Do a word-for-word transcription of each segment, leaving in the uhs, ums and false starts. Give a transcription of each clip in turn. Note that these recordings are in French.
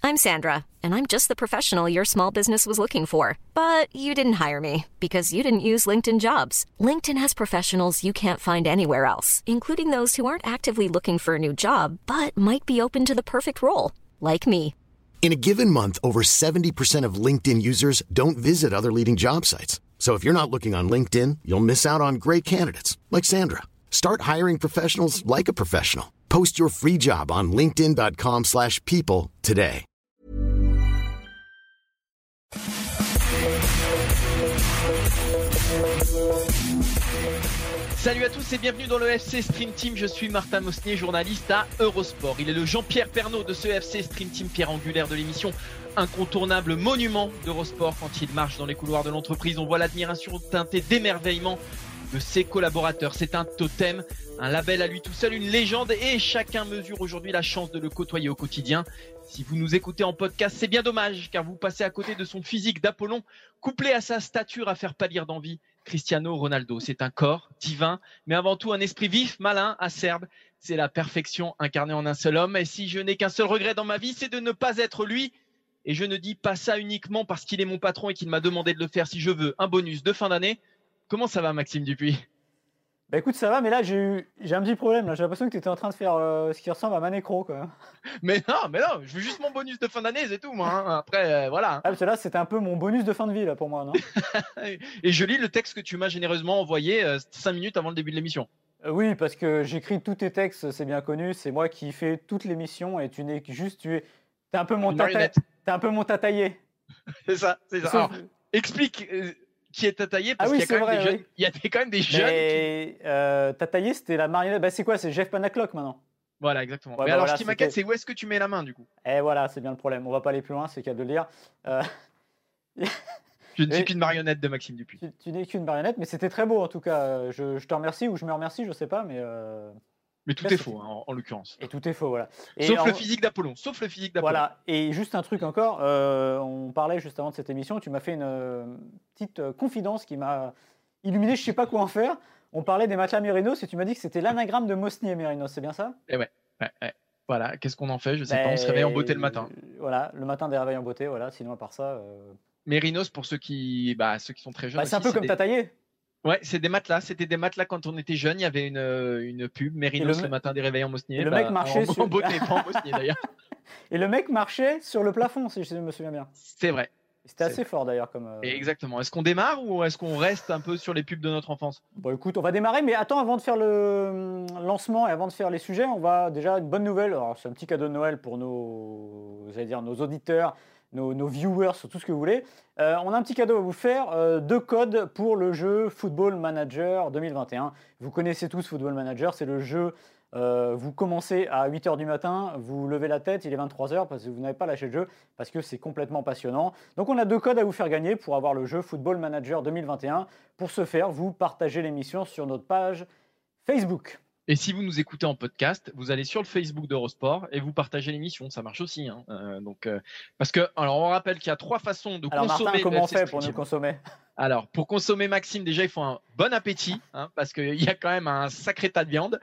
I'm Sandra, and I'm just the professional your small business was looking for. But you didn't hire me because you didn't use LinkedIn Jobs. LinkedIn has professionals you can't find anywhere else, including those who aren't actively looking for a new job, but might be open to the perfect role, like me. In a given month, over seventy percent of LinkedIn users don't visit other leading job sites. So if you're not looking on LinkedIn, you'll miss out on great candidates like Sandra. Start hiring professionals like a professional. Post your free job on linkedin.com slash people today. Salut à tous et bienvenue dans le F C Stream Team. Je suis Martin Mosnier, journaliste à Eurosport. Il est le Jean-Pierre Pernaut de ce F C Stream Team, pierre angulaire de l'émission, incontournable monument d'Eurosport. Quand il marche dans les couloirs de l'entreprise, on voit l'admiration teintée d'émerveillement de ses collaborateurs. C'est un totem, un label à lui tout seul, une légende, et chacun mesure aujourd'hui la chance de le côtoyer au quotidien. Si vous nous écoutez en podcast, c'est bien dommage, car vous passez à côté de son physique d'Apollon, couplé à sa stature à faire pâlir d'envie. Cristiano Ronaldo, c'est un corps divin, mais avant tout un esprit vif, malin, acerbe. C'est la perfection incarnée en un seul homme. Et si je n'ai qu'un seul regret dans ma vie, c'est de ne pas être lui. Et je ne dis pas ça uniquement parce qu'il est mon patron et qu'il m'a demandé de le faire si je veux un bonus de fin d'année. Comment ça va, Maxime Dupuis ? Bah écoute, ça va, mais là j'ai eu j'ai un petit problème. Là. J'ai l'impression que tu étais en train de faire euh, ce qui ressemble à Manécro, quoi. Mais non, mais non, je veux juste mon bonus de fin d'année, c'est tout, moi. Hein. Après, euh, voilà. Ah, parce que là, c'était un peu mon bonus de fin de vie, là, pour moi, non ? Et je lis le texte que tu m'as généreusement envoyé euh, cinq minutes avant le début de l'émission. Euh, oui, parce que j'écris tous tes textes, c'est bien connu. C'est moi qui fais toute l'émission et tu n'es que juste, tu es, t'es un peu mon tata, t'es un peu mon tataillé. C'est ça, c'est ça. Alors, explique. Euh, qui est Tataillé parce ah oui, qu'il y a quand vrai, même des oui. jeunes. Il y avait quand même des jeunes. Mais qui... euh, Tataillé, c'était la marionnette. Bah c'est quoi ? C'est Jeff Panaclock maintenant. Voilà, exactement. Ouais, mais bah alors, voilà, ce qui m'inquiète, c'était... c'est où est-ce que tu mets la main du coup ? Eh voilà, c'est bien le problème. On va pas aller plus loin, c'est qu'à de le lire. Euh... je ne suis qu'une marionnette de Maxime Dupuis. Tu, tu n'es qu'une marionnette, mais c'était très beau en tout cas. Je, je te remercie ou je me remercie, je sais pas, mais. Euh... Mais tout là, est c'était... faux, hein, en, en l'occurrence. Et tout est faux, voilà. Et sauf en... le physique d'Apollon. Sauf le physique d'Apollon. Voilà. Et juste un truc encore. Euh, on parlait juste avant de cette émission. Tu m'as fait une euh, petite euh, confidence qui m'a illuminé. Je sais pas quoi en faire. On parlait des matelas Mérinos et tu m'as dit que c'était l'anagramme de Mosnier Mérinos. C'est bien ça ? Et ouais. ouais, ouais. Voilà. Qu'est-ce qu'on en fait ? Je sais ben, pas. On se réveille en beauté le matin. Voilà. Le matin des réveils en beauté. Voilà. Sinon à part ça. Euh... Mérinos pour ceux qui, bah, ceux qui sont très jeunes. Bah, c'est aussi, un peu c'est comme des... Tataillé. Ouais, c'est des matelas. C'était des matelas quand on était jeune. Il y avait une, une pub, Mérinos le, le matin des réveils en Mosnier. Et le bah, mec marchait en, sur... en beauté, pas en Mosnier d'ailleurs. Et le mec marchait sur le plafond, si je me souviens bien. C'est vrai. C'était c'est assez vrai. Fort d'ailleurs. Comme. Euh... Exactement. Est-ce qu'on démarre ou est-ce qu'on reste un peu sur les pubs de notre enfance ? Bon, écoute, on va démarrer. Mais attends, avant de faire le lancement et avant de faire les sujets, on va déjà une bonne nouvelle. Alors, c'est un petit cadeau de Noël pour nos, j'allais dire, nos auditeurs. Nos, nos viewers, sur tout ce que vous voulez. Euh, on a un petit cadeau à vous faire, euh, deux codes pour le jeu Football Manager deux mille vingt et un. Vous connaissez tous Football Manager, c'est le jeu, euh, vous commencez à huit heures du matin, vous levez la tête, il est vingt-trois heures parce que vous n'avez pas lâché le jeu, parce que c'est complètement passionnant. Donc on a deux codes à vous faire gagner pour avoir le jeu Football Manager deux mille vingt et un. Pour ce faire, vous partagez l'émission sur notre page Facebook. Et si vous nous écoutez en podcast, vous allez sur le Facebook d'Eurosport et vous partagez l'émission, ça marche aussi. Hein. Euh, donc, euh, parce que, alors on rappelle qu'il y a trois façons de alors consommer. Martin, comment on fait Stream pour nous consommer ? Alors, pour consommer Maxime, déjà il faut un bon appétit, hein, parce qu'il y a quand même un sacré tas de viande.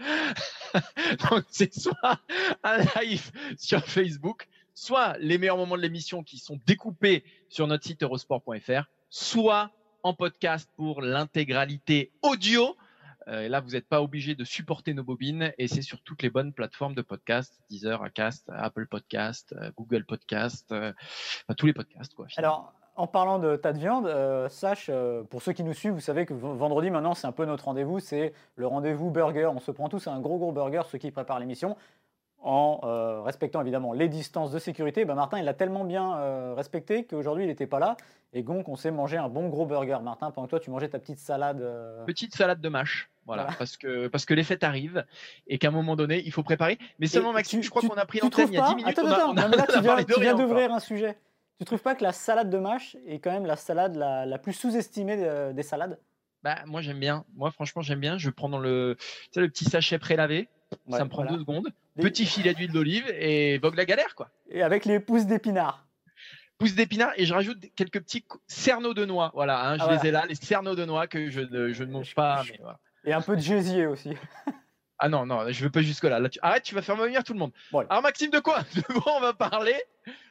Donc c'est soit un live sur Facebook, soit les meilleurs moments de l'émission qui sont découpés sur notre site eurosport point f r, soit en podcast pour l'intégralité audio. Euh, et là, vous n'êtes pas obligé de supporter nos bobines et c'est sur toutes les bonnes plateformes de podcast, Deezer, Acast, Apple Podcast, euh, Google Podcast, euh, enfin, tous les podcasts, quoi. Finalement. Alors, en parlant de tas de viande, euh, sache, euh, pour ceux qui nous suivent, vous savez que vendredi, maintenant, c'est un peu notre rendez-vous, c'est le rendez-vous burger. On se prend tous un gros, gros burger, ceux qui préparent l'émission, en euh, respectant évidemment les distances de sécurité. Ben, Martin, il l'a tellement bien euh, respecté qu'aujourd'hui, il n'était pas là. Et donc, on s'est mangé un bon gros burger. Martin, pendant que toi, tu mangeais ta petite salade. Euh... Petite salade de mâche. Voilà, voilà. Parce que, parce que les fêtes arrivent et qu'à un moment donné, il faut préparer. Mais seulement, et Maxime, tu, je crois tu, qu'on a pris tu l'antenne il y a dix minutes. Attends, on a, attends, on a, non, mais là, on a tu viens, tu viens d'ouvrir encore. un sujet. Tu ne trouves pas que la salade de mâche est quand même la salade la, la plus sous-estimée de, des salades ? Bah, moi, j'aime bien. Moi, franchement, j'aime bien. Je prends dans le, tu sais, le petit sachet prélavé. Ouais, ça me prend voilà. deux secondes. Les... Petit filet d'huile d'olive et vogue la galère, quoi. Et avec les pousses d'épinards. Pousses d'épinards et je rajoute quelques petits cerneaux de noix. Voilà, hein, je ah, les voilà. ai là, les cerneaux de noix que je ne, je ne mange pas. Mais voilà. Et un peu de gésier aussi. Ah non, non, je ne veux pas jusque-là. Là tu... Arrête, tu vas faire venir tout le monde. Bon, alors Maxime, de quoi De quoi on va parler ?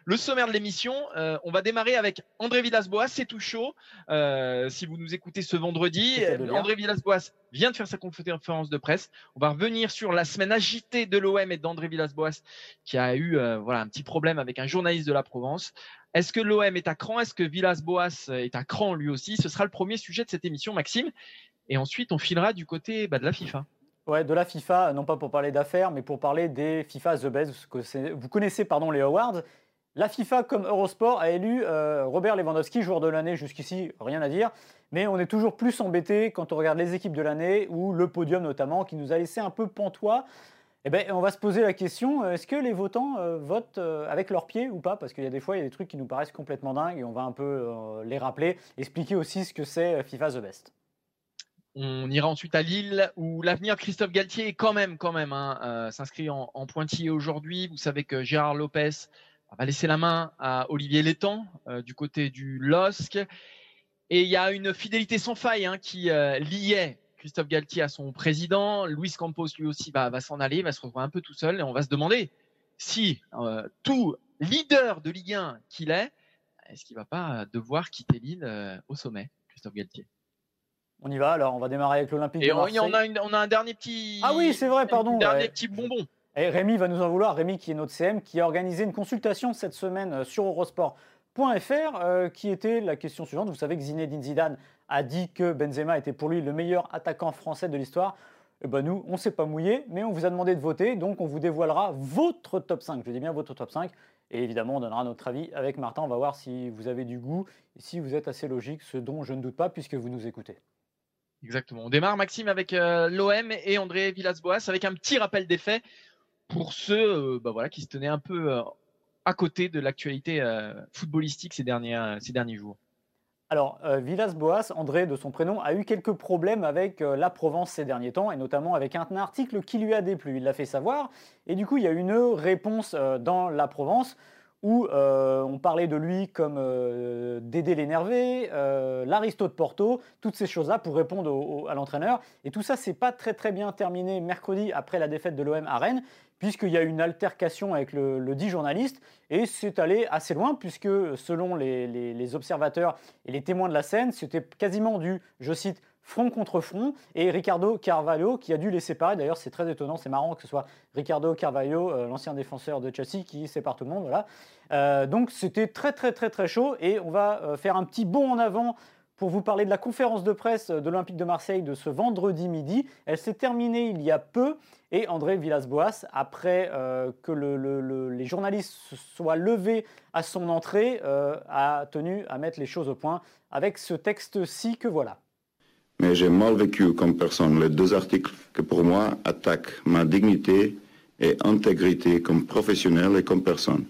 Le sommaire de l'émission, euh, on va démarrer avec André Villas-Boas, c'est tout chaud. Euh, si vous nous écoutez ce vendredi, André Villas-Boas vient de faire sa conférence de presse. On va revenir sur la semaine agitée de l'O M et d'André Villas-Boas qui a eu euh, voilà, un petit problème avec un journaliste de la Provence. Est-ce que l'O M est à cran? Est-ce que Villas-Boas est à cran lui aussi? Ce sera le premier sujet de cette émission, Maxime. Et ensuite, on filera du côté bah, de la FIFA. Ouais, de la FIFA, non pas pour parler d'affaires, mais pour parler des FIFA The Best. Vous connaissez pardon, les awards. La FIFA, comme Eurosport, a élu euh, Robert Lewandowski, joueur de l'année jusqu'ici, rien à dire. Mais on est toujours plus embêté quand on regarde les équipes de l'année ou le podium notamment, qui nous a laissé un peu pantois. Eh ben, on va se poser la question, est-ce que les votants euh, votent euh, avec leurs pieds ou pas? Parce qu'il y a des fois, il y a des trucs qui nous paraissent complètement dingues et on va un peu euh, les rappeler, expliquer aussi ce que c'est FIFA The Best. On ira ensuite à Lille où l'avenir de Christophe Galtier est quand même, quand même, hein, euh, s'inscrit en, en pointillé aujourd'hui. Vous savez que Gérard Lopez va laisser la main à Olivier Létang euh, du côté du L O S C. Et il y a une fidélité sans faille hein, qui euh, liait Christophe Galtier à son président. Luis Campos, lui aussi, va, va s'en aller, va se retrouver un peu tout seul. Et on va se demander si euh, tout leader de Ligue un qu'il est, est-ce qu'il ne va pas devoir quitter Lille euh, au sommet, Christophe Galtier? On y va, alors on va démarrer avec l'Olympique de Marseille. Et on a, une, on a un dernier petit... Ah oui, c'est vrai, pardon. Un dernier ouais. petit bonbon. Et Rémi va nous en vouloir. Rémi, qui est notre C M, qui a organisé une consultation cette semaine sur eurosport point f r, euh, qui était la question suivante. Vous savez que Zinedine Zidane a dit que Benzema était pour lui le meilleur attaquant français de l'histoire. Et ben nous, on ne s'est pas mouillé, mais on vous a demandé de voter, donc on vous dévoilera votre top cinq. Je dis bien votre top cinq. Et évidemment, on donnera notre avis avec Martin. On va voir si vous avez du goût et si vous êtes assez logique, ce dont je ne doute pas, puisque vous nous écoutez. Exactement. On démarre, Maxime, avec euh, l'O M et André Villas-Boas, avec un petit rappel des faits pour ceux euh, bah voilà, qui se tenaient un peu euh, à côté de l'actualité euh, footballistique ces derniers, euh, ces derniers jours. Alors, euh, Villas-Boas, André de son prénom, a eu quelques problèmes avec euh, la Provence ces derniers temps, et notamment avec un article qui lui a déplu. Il l'a fait savoir, et du coup, il y a eu une réponse euh, dans la Provence où euh, on parlait de lui comme euh, Dédé l'énervé, euh, l'Aristote Porto, toutes ces choses-là pour répondre au, au, à l'entraîneur. Et tout ça, c'est pas très très bien terminé mercredi après la défaite de l'O M à Rennes, puisqu'il y a eu une altercation avec le, le dit journaliste, et c'est allé assez loin, puisque selon les, les, les observateurs et les témoins de la scène, c'était quasiment du, je cite, front contre front, et Ricardo Carvalho qui a dû les séparer. D'ailleurs, c'est très étonnant, c'est marrant que ce soit Ricardo Carvalho, euh, l'ancien défenseur de Chelsea, qui sépare tout le monde. Voilà. Euh, donc c'était très très très très chaud, et on va euh, faire un petit bond en avant pour vous parler de la conférence de presse de l'Olympique de Marseille de ce vendredi midi. Elle s'est terminée il y a peu, et André Villas-Boas, après euh, que le, le, le, les journalistes se soient levés à son entrée, euh, a tenu à mettre les choses au point avec ce texte-ci que voilà. Mais j'ai mal vécu comme personne les deux articles que pour moi attaquent ma dignité et intégrité comme professionnel et comme personne.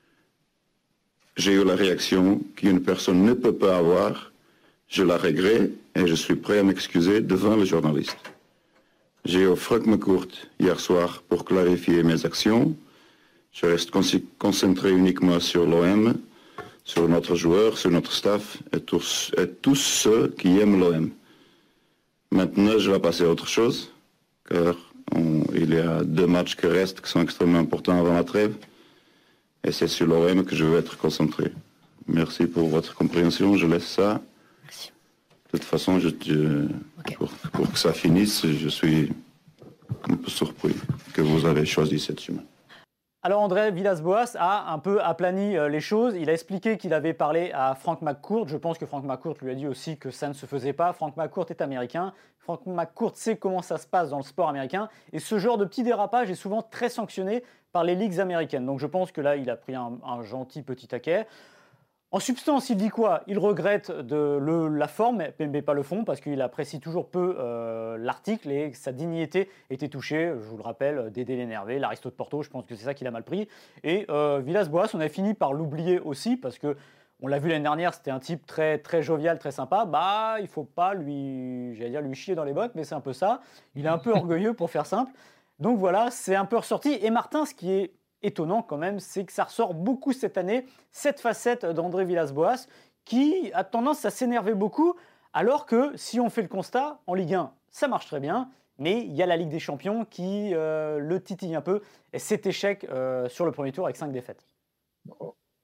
J'ai eu la réaction qu'une personne ne peut pas avoir. Je la regrette et je suis prêt à m'excuser devant les journalistes. J'ai eu Franck McCourt hier soir pour clarifier mes actions. Je reste concentré uniquement sur l'O M, sur notre joueur, sur notre staff et tous, et tous ceux qui aiment l'O M. Maintenant, je vais passer à autre chose, car on, il y a deux matchs qui restent qui sont extrêmement importants avant la trêve. Et c'est sur l'O M que je vais être concentré. Merci pour votre compréhension, je laisse ça. Merci. De toute façon, je, je, okay. pour, pour que ça finisse, je suis un peu surpris que vous avez choisi cette chemin. Alors André Villas-Boas a un peu aplani les choses. Il a expliqué qu'il avait parlé à Franck McCourt. Je pense que Franck McCourt lui a dit aussi que ça ne se faisait pas. Franck McCourt est américain. Franck McCourt sait comment ça se passe dans le sport américain. Et ce genre de petit dérapage est souvent très sanctionné par les ligues américaines. Donc je pense que là, il a pris un, un gentil petit taquet. En substance, il dit quoi? Il regrette de le, la forme, mais, mais pas le fond, parce qu'il apprécie toujours peu euh, l'article et que sa dignité était touchée. Je vous le rappelle, Dédé l'énervé, l'Aristote Porto, je pense que c'est ça qu'il a mal pris. Et euh, Villas-Boas, on a fini par l'oublier aussi, parce que on l'a vu l'année dernière, c'était un type très, très jovial, très sympa. Bah, il ne faut pas lui, j'allais dire lui chier dans les bottes, mais c'est un peu ça. Il est un peu orgueilleux, pour faire simple. Donc voilà, c'est un peu ressorti. Et Martin, ce qui est étonnant quand même, c'est que ça ressort beaucoup cette année, cette facette d'André Villas-Boas, qui a tendance à s'énerver beaucoup, alors que si on fait le constat, en Ligue un, ça marche très bien, mais il y a la Ligue des Champions qui euh, le titille un peu, et cet échec euh, sur le premier tour avec cinq défaites.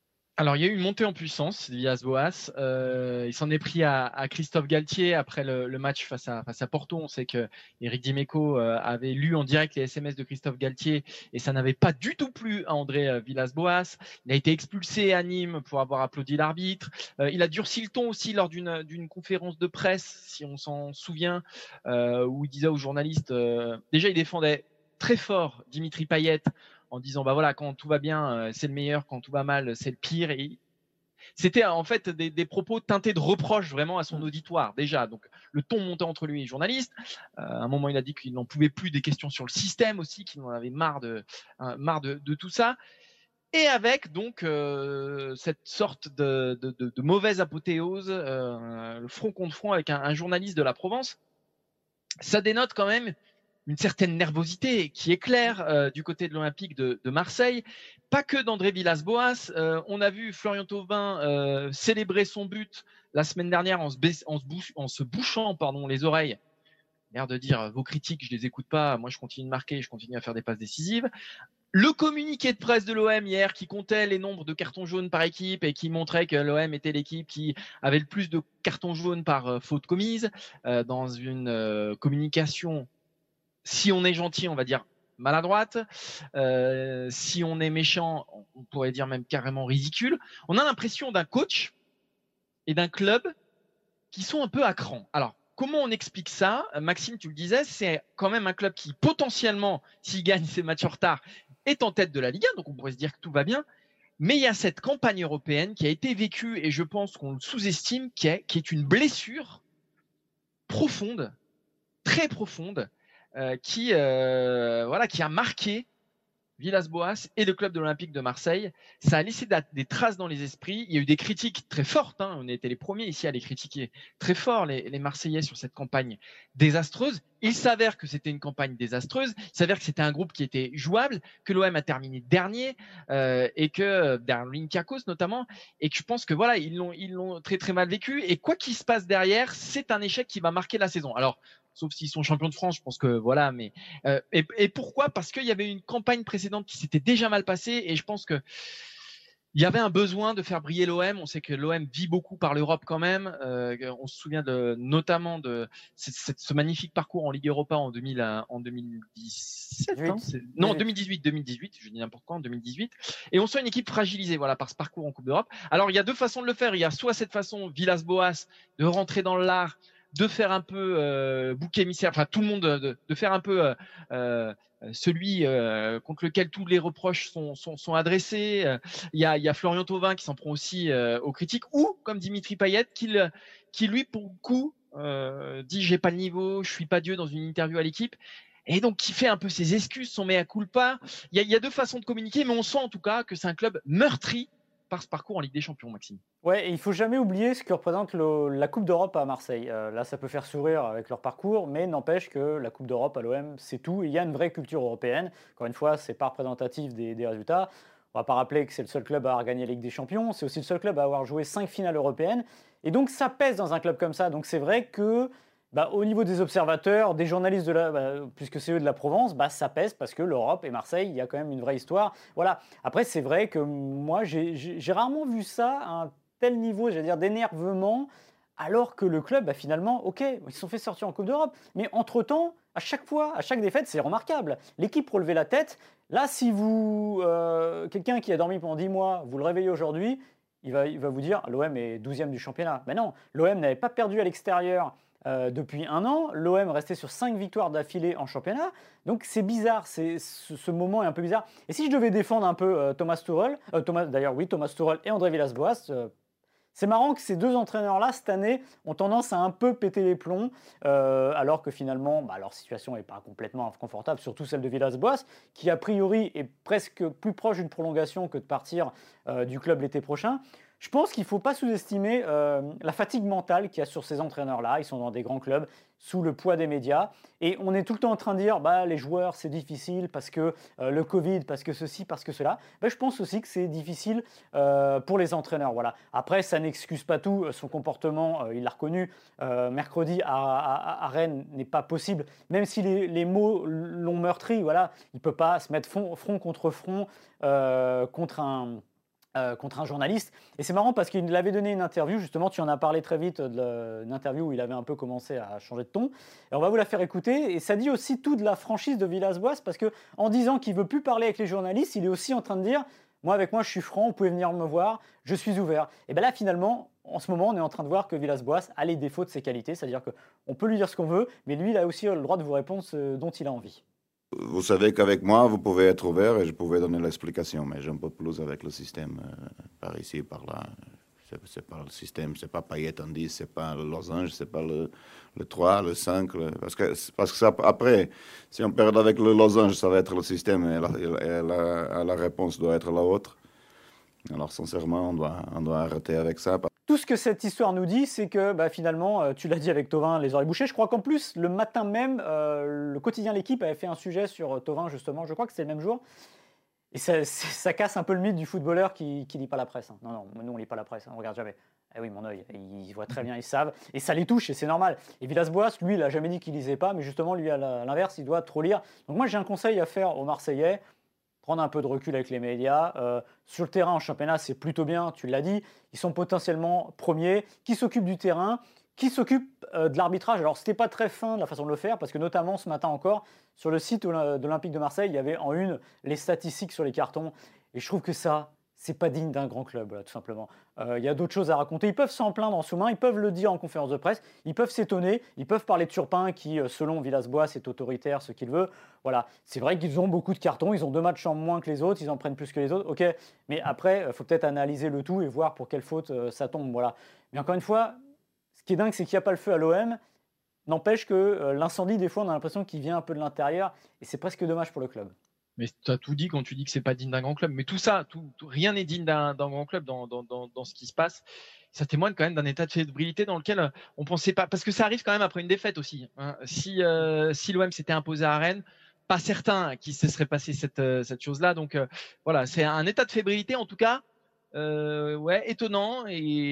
Alors, il y a eu une montée en puissance Villas-Boas. Euh, il s'en est pris à, à Christophe Galtier après le, le match face à, face à Porto. On sait que Eric Dimeco euh, avait lu en direct les S M S de Christophe Galtier et ça n'avait pas du tout plu à André euh, Villas-Boas. Il a été expulsé à Nîmes pour avoir applaudi l'arbitre. Euh, il a durci le ton aussi lors d'une, d'une conférence de presse, si on s'en souvient, euh, où il disait aux journalistes, euh, déjà il défendait très fort Dimitri Payet, en disant bah voilà, quand tout va bien euh, c'est le meilleur, quand tout va mal c'est le pire. Et c'était en fait des, des propos teintés de reproches vraiment à son auditoire déjà. Donc le ton montait entre lui et les journalistes. Euh, à un moment il a dit qu'il n'en pouvait plus des questions sur le système aussi, qu'il en avait marre de hein, marre de, de tout ça. Et avec donc euh, cette sorte de, de, de, de mauvaise apothéose, euh, le front contre front avec un, un journaliste de la Provence, ça dénote quand même une certaine nervosité qui est claire euh, du côté de l'Olympique de, de Marseille, pas que d'André Villas-Boas. Euh, on a vu Florian Thauvin euh, célébrer son but la semaine dernière en se, baisse, en se, bouche, en se bouchant pardon, les oreilles. L'air de dire vos critiques, je les écoute pas, moi je continue de marquer, je continue à faire des passes décisives. Le communiqué de presse de l'O M hier qui comptait les nombres de cartons jaunes par équipe et qui montrait que l'O M était l'équipe qui avait le plus de cartons jaunes par euh, faute commise euh, dans une euh, communication, si on est gentil, on va dire maladroite. Euh, si on est méchant, on pourrait dire même carrément ridicule. On a l'impression d'un coach et d'un club qui sont un peu à cran. Alors, comment on explique ça ? Maxime, tu le disais, c'est quand même un club qui potentiellement, s'il gagne ses matchs en retard, est en tête de la Ligue un, donc on pourrait se dire que tout va bien. Mais il y a cette campagne européenne qui a été vécue, et je pense qu'on le sous-estime, qui est, qui est une blessure profonde, très profonde, Euh, qui, euh, voilà, qui a marqué Villas-Boas et le club de l'Olympique de Marseille. Ça a laissé des traces dans les esprits. Il y a eu des critiques très fortes. Hein. On était les premiers ici à les critiquer très fort, les, les Marseillais, sur cette campagne désastreuse. Il s'avère que c'était une campagne désastreuse. Il s'avère que c'était un groupe qui était jouable, que l'O M a terminé dernier euh, et que derrière l'Olympiakos notamment, et que je pense que voilà, ils l'ont, ils l'ont très très mal vécu. Et quoi qu'il se passe derrière, c'est un échec qui va marquer la saison. Alors, sauf s'ils sont champions de France, je pense que voilà. Mais euh, et, et pourquoi ? Parce qu'il y avait une campagne précédente qui s'était déjà mal passée, et je pense que il y avait un besoin de faire briller l'O M. On sait que l'O M vit beaucoup par l'Europe quand même. Euh, on se souvient de, notamment de ce, ce magnifique parcours en Ligue Europa en, deux mille, en deux mille dix-sept. Hein, c'est, non, deux mille dix-huit, deux mille dix-huit. Je dis n'importe quoi, en deux mille dix-huit. Et on sent une équipe fragilisée, voilà, par ce parcours en Coupe d'Europe. Alors il y a deux façons de le faire. Il y a soit cette façon Villas-Boas de rentrer dans l'art, de faire un peu euh, bouc émissaire, enfin tout le monde, de, de faire un peu euh, euh, celui euh, contre lequel tous les reproches sont, sont, sont adressés. Il euh, y, a, y a Florian Thauvin qui s'en prend aussi euh, aux critiques, ou comme Dimitri Payet qui, qui lui pour le coup euh, dit j'ai pas le niveau, je suis pas Dieu dans une interview à l'équipe. Et donc, qui fait un peu ses excuses, son mea culpa. Il y, y a deux façons de communiquer, mais on sent en tout cas que c'est un club meurtri par ce parcours en Ligue des Champions, Maxime. Ouais, et il ne faut jamais oublier ce que représente le, la Coupe d'Europe à Marseille. Euh, là, ça peut faire sourire avec leur parcours, mais n'empêche que la Coupe d'Europe à l'O M, c'est tout. Il y a une vraie culture européenne. Encore une fois, ce n'est pas représentatif des, des résultats. On ne va pas rappeler que c'est le seul club à avoir gagné la Ligue des Champions. C'est aussi le seul club à avoir joué cinq finales européennes. Et donc, ça pèse dans un club comme ça. Donc, c'est vrai que bah, au niveau des observateurs, des journalistes, de la, bah, puisque c'est eux de la Provence, bah, ça pèse parce que l'Europe et Marseille, il y a quand même une vraie histoire. Voilà. Après, c'est vrai que moi, j'ai, j'ai, j'ai rarement vu ça à un tel niveau, j'allais dire, d'énervement, alors que le club, bah, finalement, ok, ils se sont fait sortir en Coupe d'Europe. Mais entre-temps, à chaque fois, à chaque défaite, c'est remarquable. L'équipe relevait la tête. Là, si vous, euh, quelqu'un qui a dormi pendant dix mois, vous le réveillez aujourd'hui, il va, il va vous dire l'O M est douzième du championnat. Mais non, l'O M n'avait pas perdu à l'extérieur Euh, depuis un an, l'O M restait sur cinq victoires d'affilée en championnat. Donc c'est bizarre, c'est, ce, ce moment est un peu bizarre. Et si je devais défendre un peu euh, Thomas Tuchel, euh, Thomas, d'ailleurs oui, Thomas Tuchel et André Villas-Boas, euh, c'est marrant que ces deux entraîneurs-là, cette année, ont tendance à un peu péter les plombs, euh, alors que finalement, bah, leur situation n'est pas complètement confortable, surtout celle de Villas-Boas, qui a priori est presque plus proche d'une prolongation que de partir euh, du club l'été prochain. Je pense qu'il ne faut pas sous-estimer euh, la fatigue mentale qu'il y a sur ces entraîneurs-là. Ils sont dans des grands clubs, sous le poids des médias. Et on est tout le temps en train de dire bah, les joueurs, c'est difficile parce que euh, le Covid, parce que ceci, parce que cela. Bah, je pense aussi que c'est difficile euh, pour les entraîneurs. Voilà. Après, ça n'excuse pas tout. Son comportement, euh, il l'a reconnu, euh, mercredi à, à, à Rennes n'est pas possible. Même si les, les mots l'ont meurtri, voilà, il ne peut pas se mettre front, front contre front euh, contre un... Euh, contre un journaliste. Et c'est marrant parce qu'il avait donné une interview, justement, tu en as parlé très vite, d'une interview où il avait un peu commencé à changer de ton. Et on va vous la faire écouter. Et ça dit aussi tout de la franchise de Villas-Boas parce qu'en disant qu'il ne veut plus parler avec les journalistes, il est aussi en train de dire « Moi, avec moi, je suis franc, vous pouvez venir me voir, je suis ouvert. » Et bien là, finalement, en ce moment, on est en train de voir que Villas-Boas a les défauts de ses qualités. C'est-à-dire qu'on peut lui dire ce qu'on veut, mais lui, il a aussi le droit de vous répondre ce dont il a envie. Vous savez qu'avec moi, vous pouvez être ouvert et je pouvais donner l'explication, mais j'aime pas plus avec le système euh, par ici, par là. C'est, c'est pas le système, c'est pas Payet en dix, c'est pas le losange, c'est pas le, le trois, le cinq. Le, parce que, parce que ça, après, si on perd avec le losange, ça va être le système et la, et la, la réponse doit être la autre. Alors sincèrement, on doit, on doit arrêter avec ça. Tout ce que cette histoire nous dit, c'est que bah, finalement, euh, tu l'as dit avec Thauvin, les oreilles bouchées. Je crois qu'en plus, le matin même, euh, le quotidien L'Équipe avait fait un sujet sur Thauvin, justement. Je crois que c'était le même jour. Et ça, ça casse un peu le mythe du footballeur qui ne lit pas la presse. Hein. Non, non, nous, on ne lit pas la presse. Hein. On ne regarde jamais. Eh oui, mon œil, ils voient très bien, ils savent. Et ça les touche, et c'est normal. Et Villas-Boas, lui, il n'a jamais dit qu'il ne lisait pas, mais justement, lui, à l'inverse, il doit trop lire. Donc moi, j'ai un conseil à faire aux Marseillais. Prendre un peu de recul avec les médias. Euh, sur le terrain, en championnat, c'est plutôt bien, tu l'as dit. Ils sont potentiellement premiers. Qui s'occupe du terrain? Qui s'occupe euh, de l'arbitrage? Alors, ce n'était pas très fin de la façon de le faire, parce que notamment ce matin encore, sur le site de l'Olympique de Marseille, il y avait en une les statistiques sur les cartons. Et je trouve que ça, c'est pas digne d'un grand club, voilà, tout simplement. Euh, il y a d'autres choses à raconter. Ils peuvent s'en plaindre en sous-main, ils peuvent le dire en conférence de presse, ils peuvent s'étonner, ils peuvent parler de Turpin qui, selon Villas-Boas, est autoritaire, ce qu'il veut. Voilà, c'est vrai qu'ils ont beaucoup de cartons, ils ont deux matchs en moins que les autres, ils en prennent plus que les autres. Ok, mais après, il faut peut-être analyser le tout et voir pour quelle faute euh, ça tombe. Voilà. Mais encore une fois, ce qui est dingue, c'est qu'il n'y a pas le feu à l'O M. N'empêche que euh, l'incendie, des fois, on a l'impression qu'il vient un peu de l'intérieur et c'est presque dommage pour le club. Mais tu as tout dit quand tu dis que c'est pas digne d'un grand club. Mais tout ça, tout, tout, rien n'est digne d'un, d'un grand club dans, dans, dans, dans ce qui se passe. Ça témoigne quand même d'un état de fébrilité dans lequel on pensait pas. Parce que ça arrive quand même après une défaite aussi. Hein. Si, euh, si l'O M s'était imposé à Rennes, pas certain qu'il se serait passé cette, cette chose-là. Donc euh, voilà, c'est un état de fébrilité en tout cas, euh, ouais, étonnant.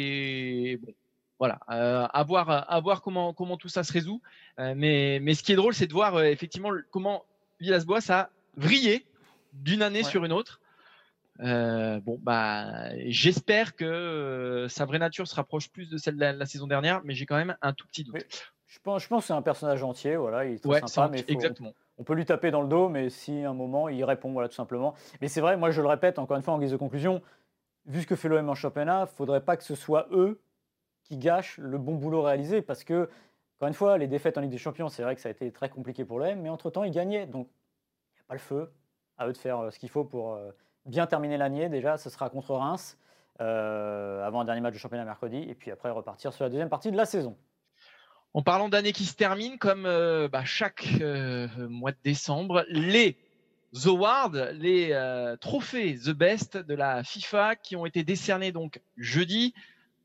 Et bon, voilà, euh, à voir, à voir comment, comment tout ça se résout. Euh, mais, mais ce qui est drôle, c'est de voir euh, effectivement comment Villas-Boas a vrillé d'une année ouais. sur une autre. Euh, bon, bah, j'espère que euh, sa vraie nature se rapproche plus de celle de la, la saison dernière, mais j'ai quand même un tout petit doute. Oui, je pense, je pense que c'est un personnage entier, voilà, il est très ouais, sympa, mais faut, exactement. On peut lui taper dans le dos, mais si à un moment il répond, voilà, tout simplement. Mais c'est vrai, moi je le répète encore une fois en guise de conclusion, vu ce que fait l'O M en championnat, il ne faudrait pas que ce soit eux qui gâchent le bon boulot réalisé, parce que, encore une fois, les défaites en Ligue des Champions, c'est vrai que ça a été très compliqué pour l'O M, mais entre-temps, ils gagnaient, donc il n'y a pas le feu. À eux de faire ce qu'il faut pour bien terminer l'année. Déjà, ce sera contre Reims, euh, avant un dernier match de championnat mercredi, et puis après repartir sur la deuxième partie de la saison. En parlant d'année qui se termine, comme euh, bah, chaque euh, mois de décembre, les awards, les euh, trophées The Best de la FIFA qui ont été décernés donc jeudi.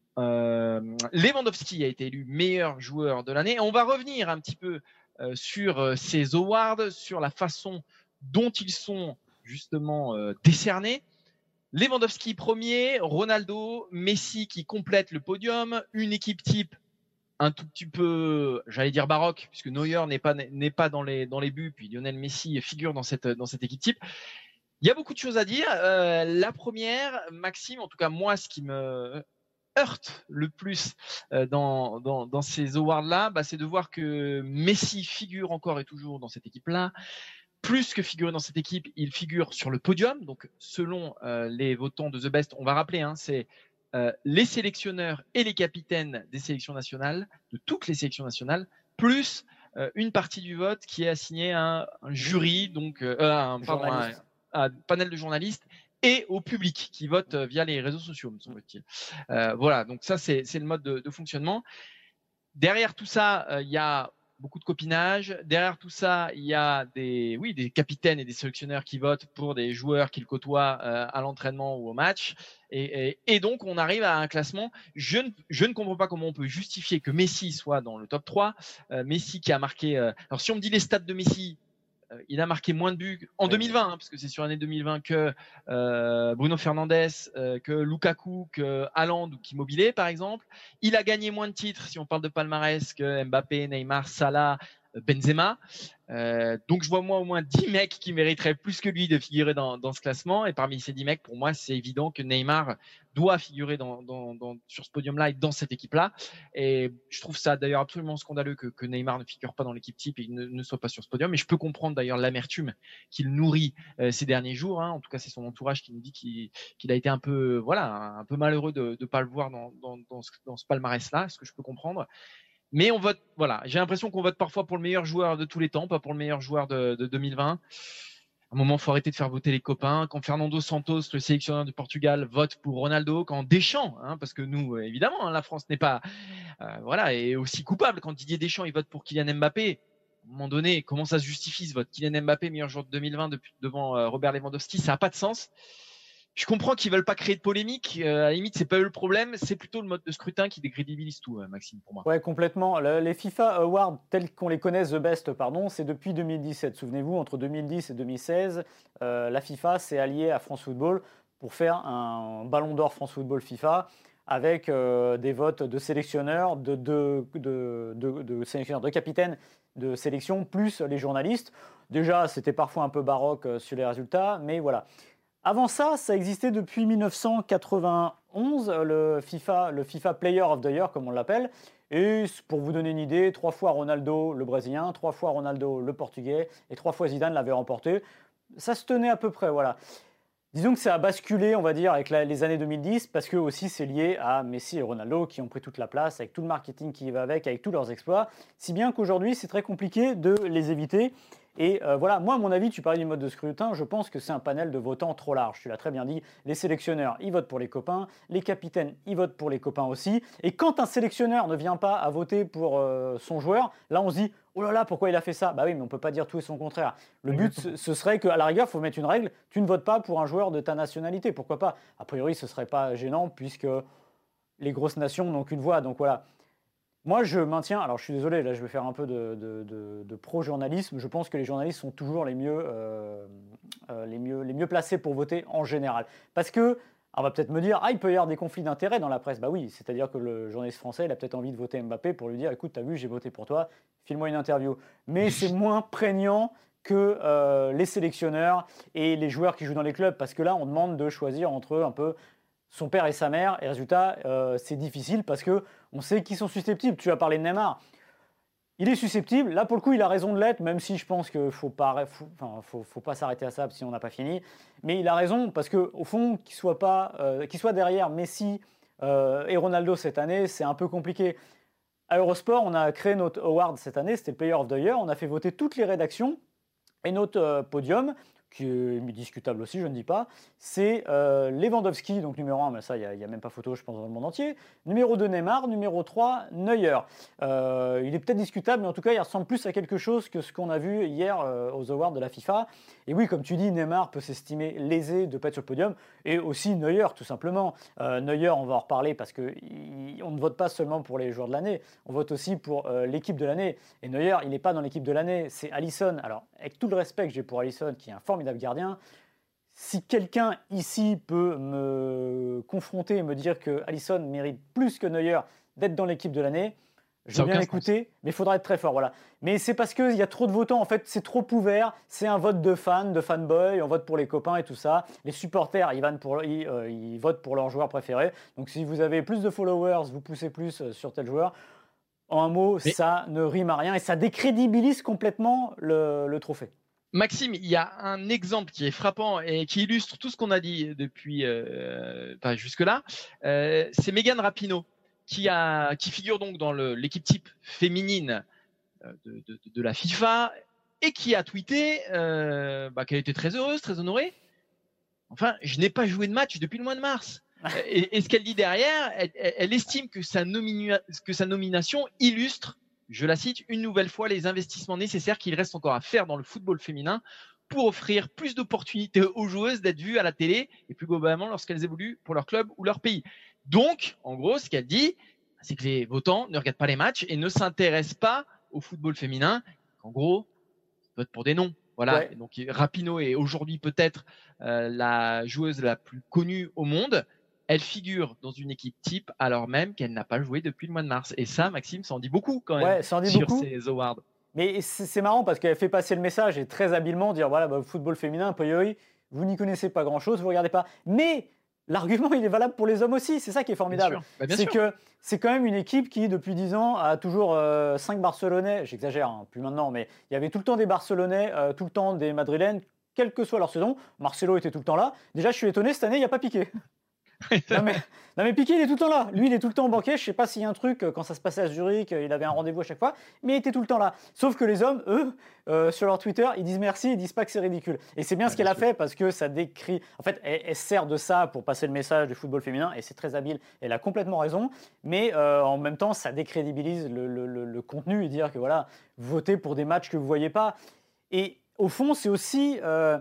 Euh, Lewandowski a été élu meilleur joueur de l'année. On va revenir un petit peu euh, sur euh, ces awards, sur la façon dont ils sont justement euh, décernés. Lewandowski premier, Ronaldo, Messi qui complète le podium, une équipe type un tout petit peu, j'allais dire baroque, puisque Neuer n'est pas, n'est pas dans les, dans les buts, puis Lionel Messi figure dans cette, dans cette équipe type. Il y a beaucoup de choses à dire. Euh, la première, Maxime, en tout cas moi, ce qui me heurte le plus euh, dans, dans, dans ces awards-là, bah, c'est de voir que Messi figure encore et toujours dans cette équipe-là. Plus que figurer dans cette équipe, il figure sur le podium. Donc, selon euh, les votants de The Best, on va rappeler, hein, c'est euh, les sélectionneurs et les capitaines des sélections nationales, de toutes les sélections nationales, plus euh, une partie du vote qui est assignée à un, un jury, donc euh, un, pardon, un, un panel de journalistes et au public qui vote euh, via les réseaux sociaux, me semble-t-il. Euh, voilà, donc ça, c'est, c'est le mode de, de fonctionnement. Derrière tout ça, il euh, y a beaucoup de copinage. Derrière tout ça, il y a des, oui, des capitaines et des sélectionneurs qui votent pour des joueurs qu'ils côtoient euh, à l'entraînement ou au match. Et, et, et donc, on arrive à un classement. Je ne, je ne comprends pas comment on peut justifier que Messi soit dans le top trois. Euh, Messi qui a marqué... Euh, alors, si on me dit les stats de Messi, euh, il a marqué moins de buts en deux mille vingt, hein, parce que c'est sur l'année deux mille vingt que euh, Bruno Fernandes, euh, que Lukaku, que Haaland ou qu'Immobilier, par exemple. Il a gagné moins de titres, si on parle de palmarès, que Mbappé, Neymar, Salah, Benzema. Euh, donc je vois moi au moins dix mecs qui mériteraient plus que lui de figurer dans, dans ce classement. Et parmi ces dix mecs, pour moi, c'est évident que Neymar doit figurer dans, dans, dans, sur ce podium-là et dans cette équipe-là. Et je trouve ça d'ailleurs absolument scandaleux que, que Neymar ne figure pas dans l'équipe type et ne, ne soit pas sur ce podium. Et je peux comprendre d'ailleurs l'amertume qu'il nourrit euh, ces derniers jours. Hein. En tout cas, c'est son entourage qui nous dit qu'il, qu'il a été un peu, voilà, un peu malheureux de ne pas le voir dans, dans, dans ce, dans ce palmarès-là, ce que je peux comprendre. Mais on vote, voilà, j'ai l'impression qu'on vote parfois pour le meilleur joueur de tous les temps, pas pour le meilleur joueur de, de deux mille vingt. À un moment, il faut arrêter de faire voter les copains. Quand Fernando Santos, le sélectionneur du Portugal, vote pour Ronaldo, quand Deschamps, hein, parce que nous, évidemment, hein, la France n'est pas, euh, voilà, est aussi coupable. Quand Didier Deschamps, il vote pour Kylian Mbappé, à un moment donné, comment ça se justifie ce vote? Kylian Mbappé, meilleur joueur de deux mille vingt depuis, devant euh, Robert Lewandowski, ça n'a pas de sens. Je comprends qu'ils veulent pas créer de polémique. Euh, à la limite, c'est pas eux le problème, c'est plutôt le mode de scrutin qui décrédibilise tout, euh, Maxime, pour moi. Ouais, complètement. Le, les FIFA Awards, tels qu'on les connaît, The Best, pardon, c'est depuis deux mille dix-sept. Souvenez-vous, entre deux mille dix et deux mille seize, euh, la FIFA s'est alliée à France Football pour faire un Ballon d'Or France Football FIFA avec euh, des votes de sélectionneurs, de, de, de, de, de sélectionneurs, de capitaines de sélection, plus les journalistes. Déjà, c'était parfois un peu baroque sur les résultats, mais voilà. Avant ça, ça existait depuis mille neuf cent quatre-vingt-onze, le FIFA, le FIFA Player of the Year, comme on l'appelle. Et pour vous donner une idée, trois fois Ronaldo, le Brésilien, trois fois Ronaldo, le Portugais, et trois fois Zidane l'avait remporté. Ça se tenait à peu près, voilà. Disons que ça a basculé, on va dire, avec la, les années deux mille dix, parce que aussi c'est lié à Messi et Ronaldo qui ont pris toute la place, avec tout le marketing qui va avec, avec tous leurs exploits, si bien qu'aujourd'hui c'est très compliqué de les éviter. Et euh, voilà, moi à mon avis, tu parlais du mode de scrutin, je pense que c'est un panel de votants trop large, tu l'as très bien dit, les sélectionneurs, ils votent pour les copains, les capitaines, ils votent pour les copains aussi, et quand un sélectionneur ne vient pas à voter pour euh, son joueur, là on se dit, oh là là, pourquoi il a fait ça? Bah oui, mais on ne peut pas dire tout et son contraire. Le but, ce, ce serait qu'à la rigueur, il faut mettre une règle, tu ne votes pas pour un joueur de ta nationalité, pourquoi pas? A priori, ce ne serait pas gênant, puisque les grosses nations n'ont qu'une voix, donc voilà. Moi, je maintiens, alors je suis désolé, là je vais faire un peu de, de, de, de pro-journalisme, je pense que les journalistes sont toujours les mieux, euh, euh, les, mieux, les mieux placés pour voter en général. Parce que, on va peut-être me dire, ah, il peut y avoir des conflits d'intérêts dans la presse. Bah oui, c'est-à-dire que le journaliste français, il a peut-être envie de voter Mbappé pour lui dire, écoute, t'as vu, j'ai voté pour toi, file-moi une interview. Mais c'est moins prégnant que euh, les sélectionneurs et les joueurs qui jouent dans les clubs, parce que là, on demande de choisir entre un peu son père et sa mère, et résultat, euh, c'est difficile parce qu'on sait qu'ils sont susceptibles. Tu as parlé de Neymar. Il est susceptible. Là, pour le coup, il a raison de l'être, même si je pense qu'il ne faut pas, faut, enfin, faut, faut pas s'arrêter à ça si on n'a pas fini. Mais il a raison parce qu'au fond, qu'il soit, pas, euh, qu'il soit derrière Messi euh, et Ronaldo cette année, c'est un peu compliqué. À Eurosport, on a créé notre award cette année, c'était le Player of the Year. On a fait voter toutes les rédactions et notre euh, podium, qui est discutable aussi, je ne dis pas, c'est euh, Lewandowski, donc numéro un, mais ça, il n'y a, a même pas photo, je pense, dans le monde entier. Numéro deux, Neymar. Numéro trois, Neuer. Euh, il est peut-être discutable, mais en tout cas, il ressemble plus à quelque chose que ce qu'on a vu hier euh, aux Awards de la FIFA. Et oui, comme tu dis, Neymar peut s'estimer lésé de ne pas être sur le podium, et aussi Neuer, tout simplement. Euh, Neuer, on va en reparler, parce qu'on ne vote pas seulement pour les joueurs de l'année, on vote aussi pour euh, l'équipe de l'année. Et Neuer, il n'est pas dans l'équipe de l'année, c'est Alisson. Alors, avec tout le respect que j'ai pour Alisson, qui est un formidable gardien, si quelqu'un ici peut me confronter et me dire que Alisson mérite plus que Neuer d'être dans l'équipe de l'année, je vais bien écouter, mais il faudra être très fort, voilà. Mais c'est parce qu'il y a trop de votants, en fait, c'est trop ouvert, c'est un vote de fans, de fanboys, on vote pour les copains et tout ça. Les supporters, ils, pour, ils, euh, ils votent pour leur joueur préféré. Donc si vous avez plus de followers, vous poussez plus sur tel joueur. En un mot, mais ça ne rime à rien et ça décrédibilise complètement le, le trophée. Maxime, il y a un exemple qui est frappant et qui illustre tout ce qu'on a dit depuis euh, enfin, jusque-là. Euh, c'est Megan Rapinoe qui, a, qui figure donc dans le, l'équipe type féminine de, de, de la FIFA et qui a tweeté euh, bah, qu'elle était très heureuse, très honorée. Enfin, je n'ai pas joué de match depuis le mois de mars. et, et ce qu'elle dit derrière, elle, elle estime que sa, nomina, que sa nomination illustre, je la cite, une nouvelle fois les investissements nécessaires qu'il reste encore à faire dans le football féminin pour offrir plus d'opportunités aux joueuses d'être vues à la télé et plus globalement lorsqu'elles évoluent pour leur club ou leur pays. Donc, en gros, ce qu'elle dit, c'est que les votants ne regardent pas les matchs et ne s'intéressent pas au football féminin. En gros, ils votent pour des noms. Voilà. Ouais. Donc, Rapinoe est aujourd'hui peut-être euh, la joueuse la plus connue au monde. Elle figure dans une équipe type alors même qu'elle n'a pas joué depuis le mois de mars. Et ça, Maxime, ça en dit beaucoup quand même ouais, ça en dit sur beaucoup. ces awards. Mais c'est, c'est marrant parce qu'elle fait passer le message et très habilement dire voilà, bah, football féminin, a priori, vous n'y connaissez pas grand-chose, vous ne regardez pas. Mais l'argument, il est valable pour les hommes aussi. C'est ça qui est formidable. Bien sûr. Bah, bien c'est sûr. que c'est quand même une équipe qui, depuis dix ans, a toujours euh, cinq Barcelonais. J'exagère, hein, plus maintenant, mais il y avait tout le temps des Barcelonais, euh, tout le temps des Madrilènes, quelle que soit leur saison. Marcelo était tout le temps là. Déjà, je suis étonné, cette année, il n'y a pas Piqué. non, mais, non mais Piqué, il est tout le temps là. Lui, il est tout le temps en banquet. Je ne sais pas s'il y a un truc, quand ça se passait à Zurich, il avait un rendez-vous à chaque fois, mais il était tout le temps là. Sauf que les hommes, eux, euh, sur leur Twitter, ils disent merci, ils disent pas que c'est ridicule. Et c'est bien Ouais, ce qu'elle bien a fait parce que ça décrit... En fait, elle, elle sert de ça pour passer le message du football féminin et c'est très habile. Elle a complètement raison. Mais euh, en même temps, ça décrédibilise le, le, le, le contenu et dire que voilà, votez pour des matchs que vous ne voyez pas. Et au fond, c'est aussi... Euh,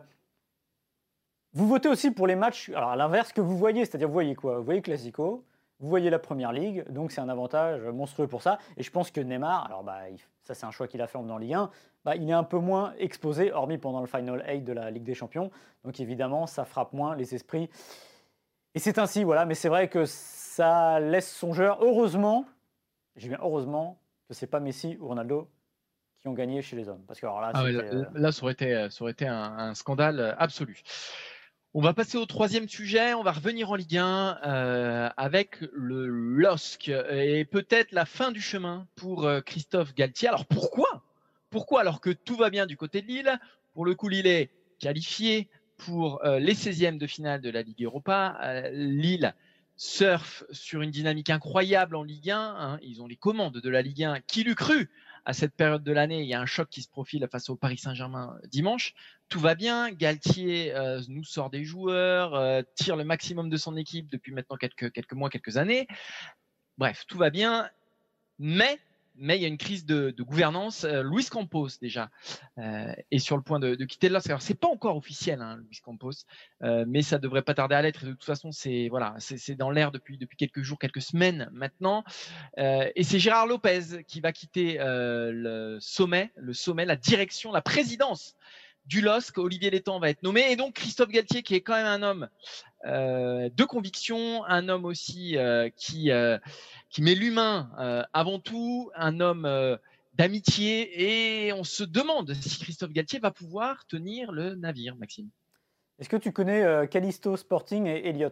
Vous votez aussi pour les matchs, alors à l'inverse, que vous voyez, c'est-à-dire vous voyez quoi ? Vous voyez Classico, vous voyez la Première Ligue, donc c'est un avantage monstrueux pour ça. Et je pense que Neymar, alors bah, il, ça c'est un choix qu'il a fait en venant en Ligue un, bah, il est un peu moins exposé, hormis pendant le Final eight de la Ligue des Champions. Donc évidemment, ça frappe moins les esprits. Et c'est ainsi, voilà, mais c'est vrai que ça laisse songeur, heureusement, j'ai bien heureusement, que c'est pas Messi ou Ronaldo qui ont gagné chez les hommes. Parce que alors là, Ah ouais, là, euh... là, ça aurait été, ça aurait été un, un scandale absolu. On va passer au troisième sujet, on va revenir en Ligue un euh, avec le L O S C et peut-être la fin du chemin pour euh, Christophe Galtier. Alors pourquoi ? Pourquoi alors que tout va bien du côté de Lille ? Pour le coup, Lille est qualifié pour euh, les seizièmes de finale de la Ligue Europa. Euh, Lille surfe sur une dynamique incroyable en Ligue un. Hein. Ils ont les commandes de la Ligue un. Qui l'eût cru ? À cette période de l'année, il y a un choc qui se profile face au Paris Saint-Germain dimanche. Tout va bien. Galtier euh, nous sort des joueurs, euh, tire le maximum de son équipe depuis maintenant quelques, quelques mois, quelques années. Bref, tout va bien. Mais, mais il y a une crise de, de gouvernance. Euh, Luis Campos, déjà, euh, est sur le point de, de quitter le L O S C. Alors, c'est pas encore officiel, hein, Luis Campos, euh, mais ça devrait pas tarder à l'être. Et de toute façon, c'est, voilà, c'est, c'est dans l'air depuis, depuis quelques jours, quelques semaines maintenant. Euh, et c'est Gérard Lopez qui va quitter euh, le sommet, le sommet, la direction, la présidence du L O S C. Olivier Létang va être nommé. Et donc, Christophe Galtier, qui est quand même un homme euh, de conviction, un homme aussi euh, qui, euh, qui met l'humain euh, avant tout, un homme euh, d'amitié. Et on se demande si Christophe Galtier va pouvoir tenir le navire, Maxime. Est-ce que tu connais euh, Callisto Sporting et Elliott ?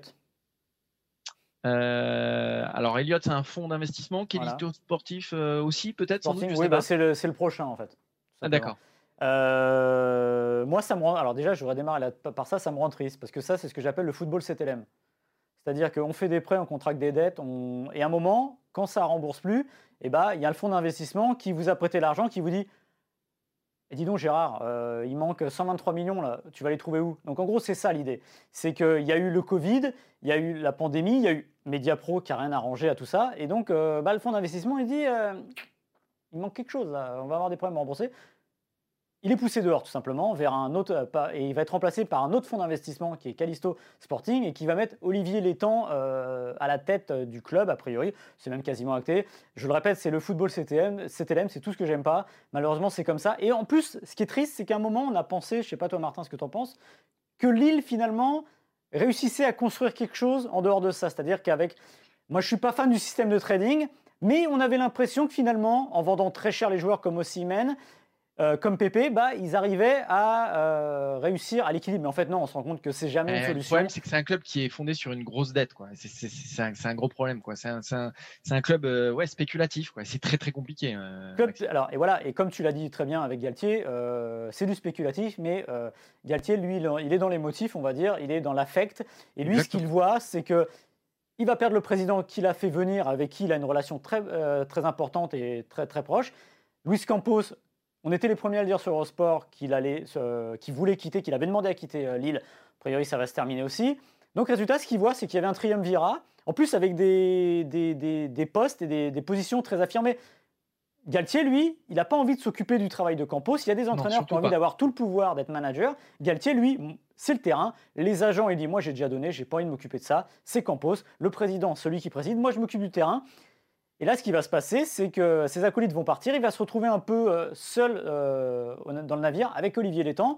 Euh, alors, Elliott, c'est un fonds d'investissement. Callisto Voilà. Sportif euh, aussi, peut-être, sans Sporting, doute, je oui, sais bah, pas. c'est, le, c'est le prochain, en fait. Ah, d'accord. Euh, moi, ça me rend... Alors déjà, je redémarre là, par ça, ça me rend triste, parce que ça, c'est ce que j'appelle le football C T L M. C'est-à-dire qu'on fait des prêts, on contracte des dettes, on... et à un moment, quand ça ne rembourse plus, eh ben, y a le fonds d'investissement qui vous a prêté l'argent, qui vous dit eh, « Dis donc Gérard, euh, il manque cent vingt-trois millions, là, tu vas les trouver où ?» Donc en gros, c'est ça l'idée. C'est qu'il y a eu le Covid, il y a eu la pandémie, il y a eu Mediapro qui n'a rien arrangé à tout ça, et donc euh, bah, le fonds d'investissement, il dit euh, « Il manque quelque chose, là, on va avoir des problèmes à rembourser. » Il est poussé dehors tout simplement vers un autre, et il va être remplacé par un autre fonds d'investissement qui est Callisto Sporting et qui va mettre Olivier Létang euh, à la tête du club a priori. C'est même quasiment acté. Je le répète, c'est le football C T M, C T L M, c'est tout ce que j'aime pas. Malheureusement, c'est comme ça. Et en plus, ce qui est triste, c'est qu'à un moment, on a pensé, je sais pas toi Martin, ce que tu en penses, que Lille finalement réussissait à construire quelque chose en dehors de ça. C'est-à-dire qu'avec, moi, je suis pas fan du système de trading, mais on avait l'impression que finalement, en vendant très cher les joueurs comme Osimhen, Euh, comme Pépé, bah, ils arrivaient à euh, réussir à l'équilibre. Mais en fait, non, on se rend compte que c'est jamais Euh, une solution. Le problème, c'est que c'est un club qui est fondé sur une grosse dette, quoi. C'est, c'est, c'est, un, c'est un gros problème, quoi. C'est un, c'est un, c'est un club euh, ouais, spéculatif, quoi. C'est très, très compliqué. Euh, club, alors, et voilà, et comme tu l'as dit très bien avec Galtier, euh, c'est du spéculatif, mais euh, Galtier, lui, il est dans les motifs, on va dire, il est dans l'affect. Et lui, Exactement. Ce qu'il voit, c'est que il va perdre le président qu'il a fait venir, avec qui il a une relation très, euh, très importante et très, très proche. Luis Campos, on était les premiers à le dire sur Eurosport qu'il allait, euh, qu'il voulait quitter, qu'il avait demandé à quitter euh, Lille. A priori, ça va se terminer aussi. Donc, résultat, ce qu'il voit, c'est qu'il y avait un triumvirat, en plus avec des, des, des, des postes et des, des positions très affirmées. Galtier, lui, il n'a pas envie de s'occuper du travail de Campos. Il y a des entraîneurs non, qui ont envie pas. d'avoir tout le pouvoir d'être manager. Galtier, lui, c'est le terrain. Les agents, il dit, moi, j'ai déjà donné, j'ai pas envie de m'occuper de ça. C'est Campos, le président, celui qui préside. Moi, je m'occupe du terrain. Et là, ce qui va se passer, c'est que ses acolytes vont partir. Il va se retrouver un peu euh, seul euh, dans le navire avec Olivier Létang.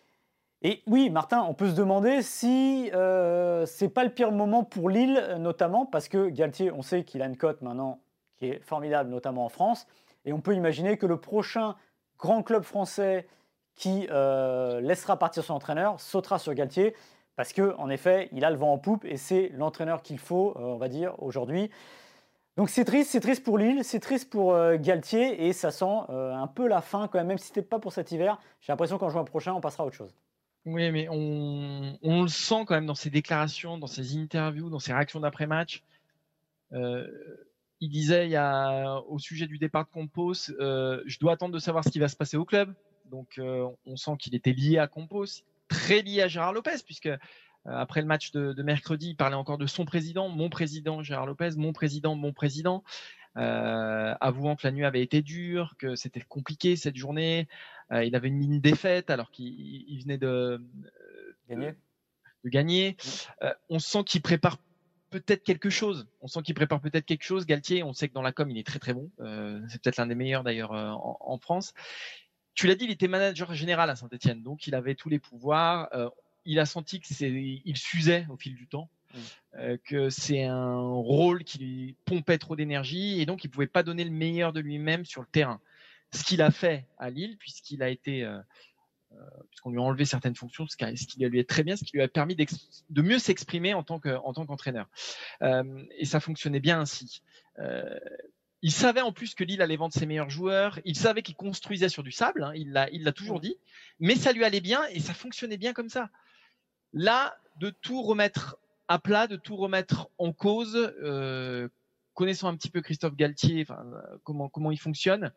Et oui, Martin, on peut se demander si euh, c'est pas le pire moment pour Lille, notamment parce que Galtier, on sait qu'il a une cote maintenant qui est formidable, notamment en France. Et on peut imaginer que le prochain grand club français qui euh, laissera partir son entraîneur sautera sur Galtier parce qu'en effet, il a le vent en poupe et c'est l'entraîneur qu'il faut, euh, on va dire, aujourd'hui. Donc c'est triste, c'est triste pour Lille, c'est triste pour euh, Galtier et ça sent euh, un peu la fin quand même, même si ce n'était pas pour cet hiver. J'ai l'impression qu'en juin prochain, on passera à autre chose. Oui, mais on, on le sent quand même dans ses déclarations, dans ses interviews, dans ses réactions d'après-match. Euh, il disait il y a, au sujet du départ de Campos, euh, je dois attendre de savoir ce qui va se passer au club. Donc euh, on sent qu'il était lié à Campos, très lié à Gérard Lopez, puisque euh, après le match de, de mercredi, il parlait encore de son président, mon président Gérard Lopez, mon président, mon président, euh, avouant que la nuit avait été dure, que c'était compliqué cette journée. Euh, il avait une mine défaite alors qu'il il venait de, Gagner. de, de gagner. Euh, on sent qu'il prépare peut-être quelque chose. On sent qu'il prépare peut-être quelque chose. Galtier, on sait que dans la com, il est très très bon. Euh, c'est peut-être l'un des meilleurs d'ailleurs euh, en, en France. Tu l'as dit, il était manager général à Saint-Etienne, donc il avait tous les pouvoirs. Euh, il a senti que c'est, il s'usait au fil du temps, mmh. euh, que c'est un rôle qui lui pompait trop d'énergie et donc il pouvait pas donner le meilleur de lui-même sur le terrain. Ce qu'il a fait à Lille, puisqu'il a été, euh, euh, puisqu'on lui a enlevé certaines fonctions, ce qui, ce qui lui est très bien, ce qui lui a permis de mieux s'exprimer en tant que, en tant qu'entraîneur. Euh, et ça fonctionnait bien ainsi. Euh, Il savait en plus que Lille allait vendre ses meilleurs joueurs. Il savait qu'il construisait sur du sable. Hein, il l'a, il l'a toujours dit. Mais ça lui allait bien et ça fonctionnait bien comme ça. Là, de tout remettre à plat, de tout remettre en cause, euh, connaissant un petit peu Christophe Galtier, enfin, comment, comment il fonctionne.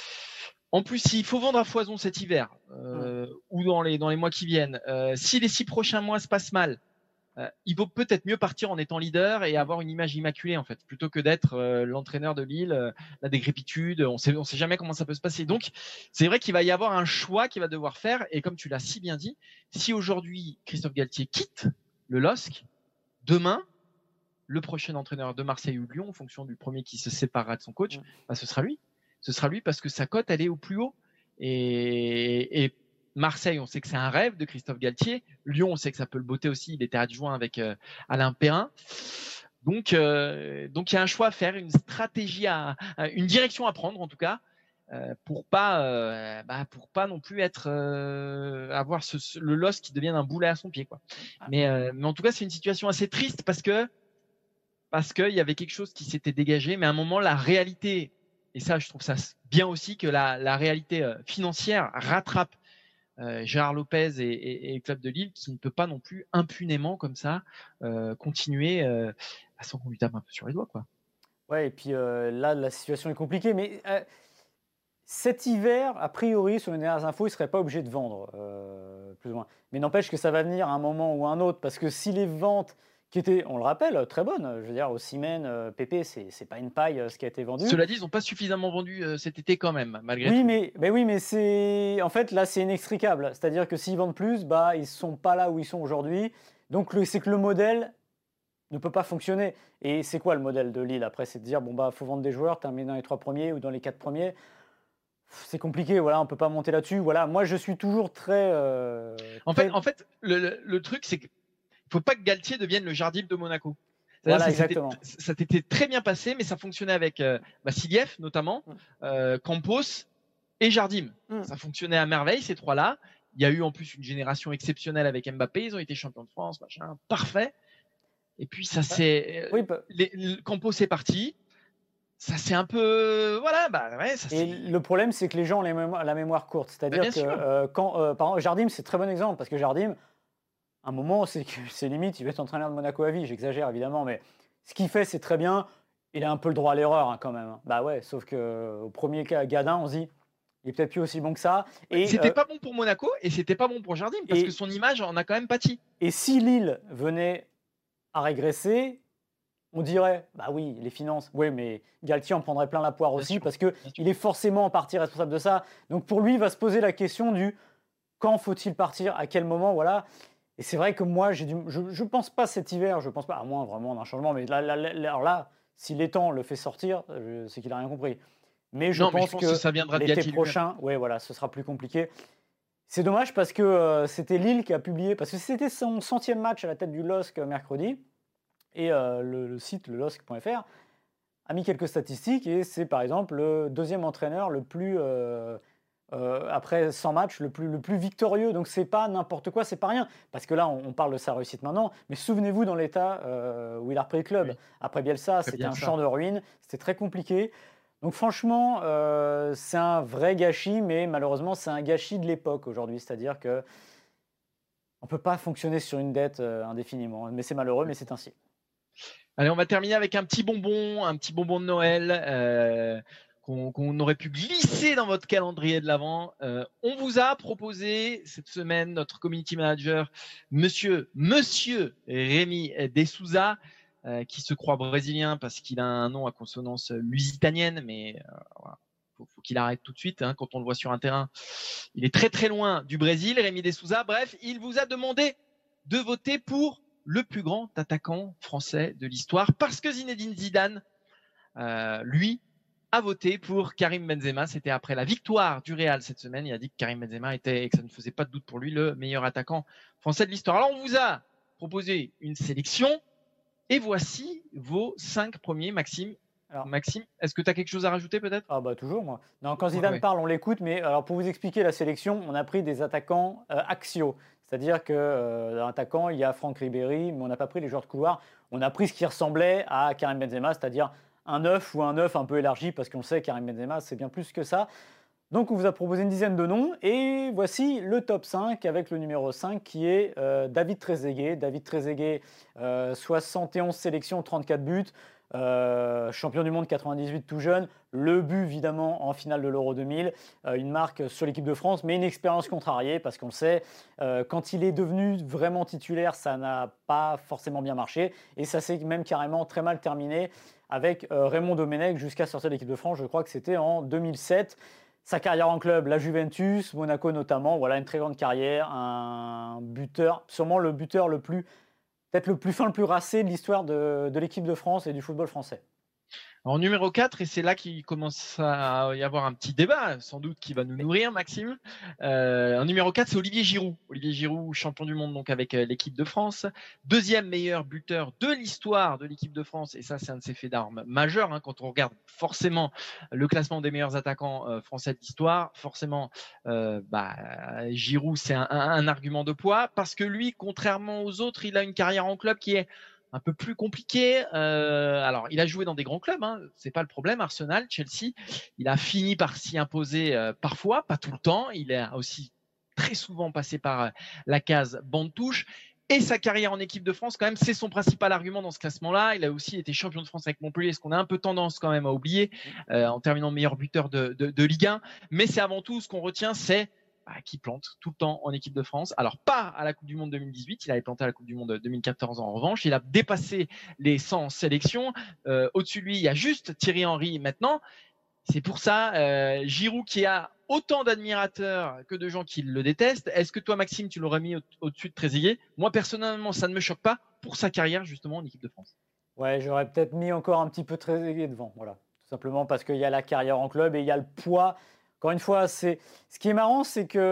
En plus, s'il faut vendre à foison cet hiver euh, ou dans les, dans les mois qui viennent, euh, si les six prochains mois se passent mal, Euh, il vaut peut-être mieux partir en étant leader et avoir une image immaculée en fait, plutôt que d'être euh, l'entraîneur de Lille, euh, la décrépitude. On sait, on sait jamais comment ça peut se passer. Donc, c'est vrai qu'il va y avoir un choix qu'il va devoir faire. Et comme tu l'as si bien dit, si aujourd'hui Christophe Galtier quitte le L O S C, demain, le prochain entraîneur de Marseille ou de Lyon, en fonction du premier qui se séparera de son coach, bah, ce sera lui. Ce sera lui parce que sa cote, elle est au plus haut. Et, et Marseille, on sait que c'est un rêve de Christophe Galtier. Lyon, on sait que ça peut le botter aussi. Il était adjoint avec euh, Alain Perrin. Donc, euh, donc il y a un choix à faire, une stratégie à, à une direction à prendre en tout cas, euh, pour pas, euh, bah, pour pas non plus être, euh, avoir ce, ce, le L O S qui devienne un boulet à son pied, quoi. Mais, euh, mais en tout cas, c'est une situation assez triste parce que parce que il y avait quelque chose qui s'était dégagé, mais à un moment, la réalité, et ça, je trouve ça bien aussi que la, la réalité euh, financière rattrape. Euh, Gérard Lopez et, et, et le club de Lille qui ne peut pas non plus impunément comme ça euh, continuer euh, sans qu'on lui tape un peu sur les doigts, quoi. Ouais, et puis euh, là la situation est compliquée, mais euh, cet hiver, a priori, sur les dernières infos, il ne serait pas obligé de vendre, euh, plus ou moins. Mais n'empêche que ça va venir à un moment ou à un autre, parce que si les ventes qui étaient, on le rappelle, très bonnes, je veux dire, Osimhen, euh, Pépé, c'est, c'est pas une paille euh, ce qui a été vendu. Cela dit, ils n'ont pas suffisamment vendu euh, cet été quand même, malgré oui, tout. Mais, mais oui, mais c'est, en fait, là, c'est inextricable. C'est-à-dire que s'ils vendent plus, bah, ils ne sont pas là où ils sont aujourd'hui. Donc, le, c'est que le modèle ne peut pas fonctionner. Et c'est quoi le modèle de Lille après? C'est de dire, bon, bah, faut vendre des joueurs, terminer dans les trois premiers ou dans les quatre premiers. C'est compliqué, voilà, on ne peut pas monter là-dessus. Voilà, moi, je suis toujours très... Euh, en, très... Fait, en fait, le, le, le truc, c'est qu'il ne faut pas que Galtier devienne le Jardim de Monaco. Voilà, ça, exactement. S'était, ça t'était très bien passé, mais ça fonctionnait avec euh, Vassiliev, notamment, mm. euh, Campos et Jardim. Mm. Ça fonctionnait à merveille, ces trois-là. Il y a eu en plus une génération exceptionnelle avec Mbappé. Ils ont été champions de France, machin, parfait. Et puis, ça c'est oui, bah... les, les, Campos est parti. Ça c'est un peu voilà bah ouais ça, et c'est... le problème c'est que les gens ont la mémoire, la mémoire courte, c'est-à-dire bah, que euh, quand euh, par exemple Jardim c'est un très bon exemple parce que Jardim à un moment c'est que c'est limite il va être entraîneur de Monaco à vie, j'exagère évidemment, mais ce qu'il fait c'est très bien, il a un peu le droit à l'erreur hein, quand même. Bah ouais, sauf que au premier cas Gadin on se dit il est peut-être plus aussi bon que ça. Et c'était euh, pas bon pour Monaco et c'était pas bon pour Jardim parce et, que son image en a quand même pâti. Et si Lille venait à régresser, on dirait, bah oui, les finances, oui, mais Galtier en prendrait plein la poire aussi bien parce qu'il est forcément en partie responsable de ça. Donc pour lui, il va se poser la question du quand faut-il partir, à quel moment, voilà. Et c'est vrai que moi, j'ai dû, je ne pense pas cet hiver, je ne pense pas, à moins vraiment d'un changement, mais là, là, là, alors là si l'étang le fait sortir, c'est qu'il n'a rien compris. Mais je, non, pense, mais je pense que, que ça viendra de l'été prochain, ouais, voilà, ce sera plus compliqué. C'est dommage parce que euh, c'était Lille qui a publié, parce que c'était son centième match à la tête du L O S C mercredi. Et euh, le, le site, le L O S C point F R, a mis quelques statistiques et c'est par exemple le deuxième entraîneur le plus, euh, euh, après cent matchs, le plus, le plus victorieux. Donc c'est pas n'importe quoi, c'est pas rien. Parce que là, on, on parle de sa réussite maintenant, mais souvenez-vous dans l'état euh, où il a repris le club. Oui. Après Bielsa, Après c'était Bielsa. un champ de ruines, c'était très compliqué. Donc franchement, euh, c'est un vrai gâchis, mais malheureusement, c'est un gâchis de l'époque aujourd'hui. C'est-à-dire que on ne peut pas fonctionner sur une dette euh, indéfiniment. Mais c'est malheureux, mais c'est ainsi. Allez, on va terminer avec un petit bonbon, un petit bonbon de Noël euh, qu'on, qu'on aurait pu glisser dans votre calendrier de l'Avent. Euh, on vous a proposé cette semaine notre community manager, Monsieur Monsieur Rémi De Souza, euh, qui se croit brésilien parce qu'il a un nom à consonance lusitanienne, mais euh, voilà. Faut, faut qu'il arrête tout de suite hein, quand on le voit sur un terrain. Il est très très loin du Brésil, Rémi De Souza. Bref, il vous a demandé de voter pour le plus grand attaquant français de l'histoire parce que Zinedine Zidane, euh, lui, a voté pour Karim Benzema. C'était après la victoire du Real cette semaine. Il a dit que Karim Benzema était, et que ça ne faisait pas de doute pour lui, le meilleur attaquant français de l'histoire. Alors, on vous a proposé une sélection et voici vos cinq premiers, Maxime. Alors, Maxime, est-ce que tu as quelque chose à rajouter peut-être ? Ah bah toujours moi. Non, quand Zidane ouais. parle, on l'écoute, mais alors pour vous expliquer la sélection, on a pris des attaquants euh, axiaux. C'est-à-dire qu'un euh, attaquant, il y a Franck Ribéry, mais on n'a pas pris les joueurs de couloir. On a pris ce qui ressemblait à Karim Benzema, c'est-à-dire un neuf ou un neuf un peu élargi, parce qu'on sait Karim Benzema, c'est bien plus que ça. Donc on vous a proposé une dizaine de noms, et voici le top cinq avec le numéro cinq qui est euh, David Trezeguet. David Trezeguet, euh, soixante et onze sélections, trente-quatre buts. Euh, champion du monde quatre-vingt-dix-huit tout jeune, le but évidemment en finale de l'Euro deux mille, euh, une marque sur l'équipe de France, mais une expérience contrariée parce qu'on le sait, euh, quand il est devenu vraiment titulaire, ça n'a pas forcément bien marché et ça s'est même carrément très mal terminé avec euh, Raymond Domenech jusqu'à sortir de l'équipe de France, je crois que c'était en deux mille sept. Sa carrière en club, la Juventus, Monaco notamment, voilà une très grande carrière, un buteur, sûrement le buteur le plus peut-être le plus fin, le plus racé de l'histoire de, de l'équipe de France et du football français. En numéro quatre, et c'est là qu'il commence à y avoir un petit débat, sans doute qui va nous nourrir, Maxime. Euh, en numéro quatre, c'est Olivier Giroud. Olivier Giroud, champion du monde donc avec l'équipe de France. Deuxième meilleur buteur de l'histoire de l'équipe de France. Et ça, c'est un de ses faits d'armes majeurs. Hein, quand on regarde forcément le classement des meilleurs attaquants euh, français de l'histoire, forcément, euh, bah, Giroud, c'est un, un, un argument de poids. Parce que lui, contrairement aux autres, il a une carrière en club qui est un peu plus compliqué. Euh, alors, il a joué dans des grands clubs, hein, c'est pas le problème. Arsenal, Chelsea, il a fini par s'y imposer euh, parfois, pas tout le temps. Il a aussi très souvent passé par euh, la case banc de touche. Et sa carrière en équipe de France, quand même, c'est son principal argument dans ce classement-là. Il a aussi été champion de France avec Montpellier, ce qu'on a un peu tendance quand même à oublier, euh, en terminant meilleur buteur de, de, de Ligue un. Mais c'est avant tout, ce qu'on retient, c'est Bah, qui plante tout le temps en équipe de France. Alors, pas à la Coupe du Monde deux mille dix-huit, il avait planté à la Coupe du Monde deux mille quatorze en revanche. Il a dépassé les cent sélections. Euh, au-dessus de lui, il y a juste Thierry Henry maintenant. C'est pour ça, euh, Giroud qui a autant d'admirateurs que de gens qui le détestent. Est-ce que toi, Maxime, tu l'aurais mis au- au-dessus de Trezeguet ? Moi, personnellement, ça ne me choque pas pour sa carrière justement en équipe de France. Ouais, j'aurais peut-être mis encore un petit peu Trezeguet devant, voilà. Tout simplement parce qu'il y a la carrière en club et il y a le poids. Encore une fois, c'est... ce qui est marrant, c'est qu'il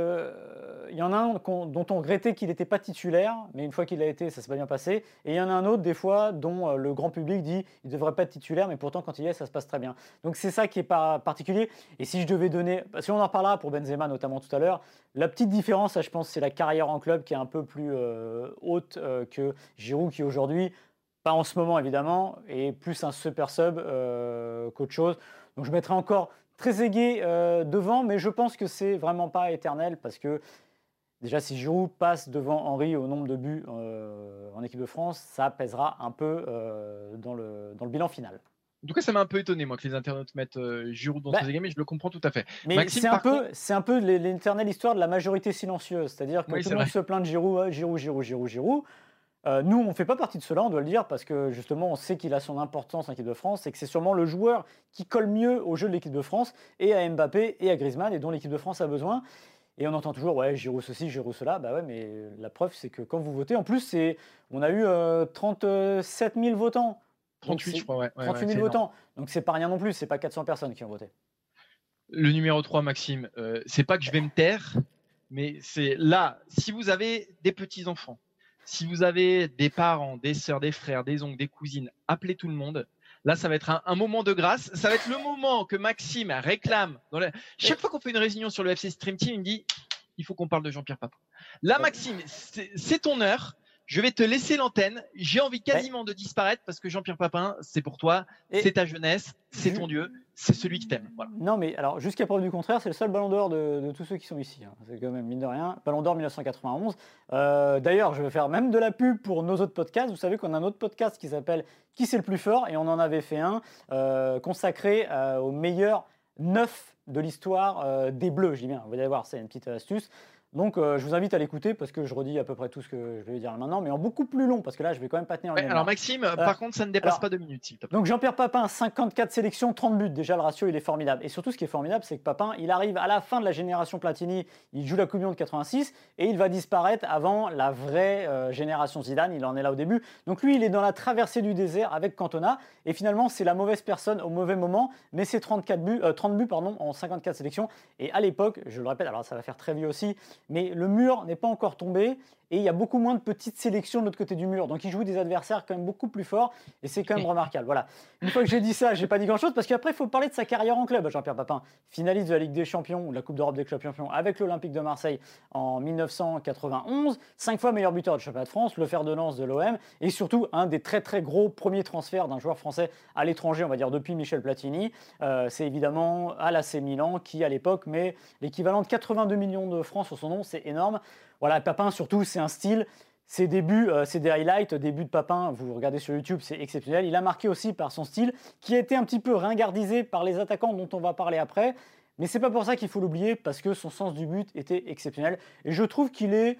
euh, y en a un dont on regrettait qu'il n'était pas titulaire, mais une fois qu'il l'a été, ça s'est pas bien passé. Et il y en a un autre, des fois, dont euh, le grand public dit qu'il ne devrait pas être titulaire, mais pourtant, quand il y est, ça se passe très bien. Donc c'est ça qui est pas particulier. Et si je devais donner... Parce qu'on en reparlera pour Benzema, notamment tout à l'heure, la petite différence, ça, je pense, c'est la carrière en club qui est un peu plus euh, haute euh, que Giroud, qui aujourd'hui, pas en ce moment évidemment, est plus un super sub euh, qu'autre chose. Donc je mettrai encore Trezeguet euh, devant, mais je pense que c'est vraiment pas éternel parce que déjà si Giroud passe devant Henry au nombre de buts euh, en équipe de France, ça pèsera un peu euh, dans, le, dans le bilan final. En tout cas, ça m'a un peu étonné, moi, que les internautes mettent euh, Giroud dans bah, Trezeguet, mais je le comprends tout à fait. Mais Maxime, c'est, un peu, contre... c'est un peu l'éternelle histoire de la majorité silencieuse, c'est-à-dire que oui, tout le monde vrai. se plaint de Giroud, ouais, Giroud, Giroud, Giroud, Giroud. Euh, nous, on ne fait pas partie de cela, on doit le dire, parce que justement, on sait qu'il a son importance en équipe de France et que c'est sûrement le joueur qui colle mieux au jeu de l'équipe de France et à Mbappé et à Griezmann et dont l'équipe de France a besoin. Et on entend toujours, ouais, Giroud ceci, Giroud cela. Bah ouais, mais la preuve, c'est que quand vous votez, en plus, c'est, on a eu euh, trente-sept mille votants. trente-huit, je crois, ouais. trente-huit mille ouais, votants. Donc, c'est pas rien non plus, c'est pas quatre cents personnes qui ont voté. Le numéro trois, Maxime, euh, c'est pas que je vais me taire, mais c'est là, si vous avez des petits-enfants, Si vous avez des parents, des sœurs, des frères, des oncles, des cousines, appelez tout le monde. Là, ça va être un, un moment de grâce. Ça va être le moment que Maxime réclame. Dans la... Chaque fois qu'on fait une réunion sur le F C Stream Team, il me dit il faut qu'on parle de Jean-Pierre Papin. Là, Maxime, c'est, c'est ton heure. Je vais te laisser l'antenne. J'ai envie quasiment de disparaître parce que Jean-Pierre Papin, c'est pour toi, et c'est ta jeunesse, c'est ton Dieu, c'est celui qui t'aime. Voilà. Non, mais alors, jusqu'à preuve du contraire, c'est le seul ballon d'or de, de tous ceux qui sont ici. Hein. C'est quand même, mine de rien, ballon d'or dix-neuf cent quatre-vingt-onze. Euh, d'ailleurs, je vais faire même de la pub pour nos autres podcasts. Vous savez qu'on a un autre podcast qui s'appelle Qui c'est le plus fort ? Et on en avait fait un euh, consacré euh, aux meilleurs neuf de l'histoire euh, des Bleus. Je dis bien, vous allez voir, c'est une petite astuce. Donc, euh, je vous invite à l'écouter parce que je redis à peu près tout ce que je vais dire maintenant, mais en beaucoup plus long parce que là, je vais quand même pas tenir le ouais, Alors, Maxime, euh, par contre, ça ne dépasse alors, pas deux minutes. S'il te plaît. Donc, Jean-Pierre Papin, cinquante-quatre sélections, trente buts. Déjà, le ratio, il est formidable. Et surtout, ce qui est formidable, c'est que Papin, il arrive à la fin de la génération Platini, il joue la Coupe du Monde quatre-vingt-six et il va disparaître avant la vraie euh, génération Zidane. Il en est là au début. Donc, lui, il est dans la traversée du désert avec Cantona. Et finalement, c'est la mauvaise personne au mauvais moment, mais c'est trente-quatre buts, euh, trente buts pardon, en cinquante-quatre sélections. Et à l'époque, je le répète, alors ça va faire très vieux aussi, mais le mur n'est pas encore tombé et il y a beaucoup moins de petites sélections de l'autre côté du mur. Donc il joue des adversaires quand même beaucoup plus forts et c'est quand même remarquable. Voilà. Une fois que j'ai dit ça, j'ai pas dit grand-chose parce qu'après il faut parler de sa carrière en club. Jean-Pierre Papin, finaliste de la Ligue des Champions ou de la Coupe d'Europe des clubs champions avec l'Olympique de Marseille en dix-neuf cent quatre-vingt-onze, cinq fois meilleur buteur du championnat de France, le fer de lance de l'O M et surtout un des très très gros premiers transferts d'un joueur français à l'étranger, on va dire depuis Michel Platini. Euh, c'est évidemment à l'A C Milan qui à l'époque met l'équivalent de quatre-vingt-deux millions de francs sur son nom, c'est énorme. Voilà, Papin surtout, c'est un style. Ses débuts, euh, c'est des highlights, débuts de Papin, vous regardez sur YouTube, c'est exceptionnel. Il a marqué aussi par son style, qui a été un petit peu ringardisé par les attaquants dont on va parler après. Mais c'est pas pour ça qu'il faut l'oublier, parce que son sens du but était exceptionnel. Et je trouve qu'il est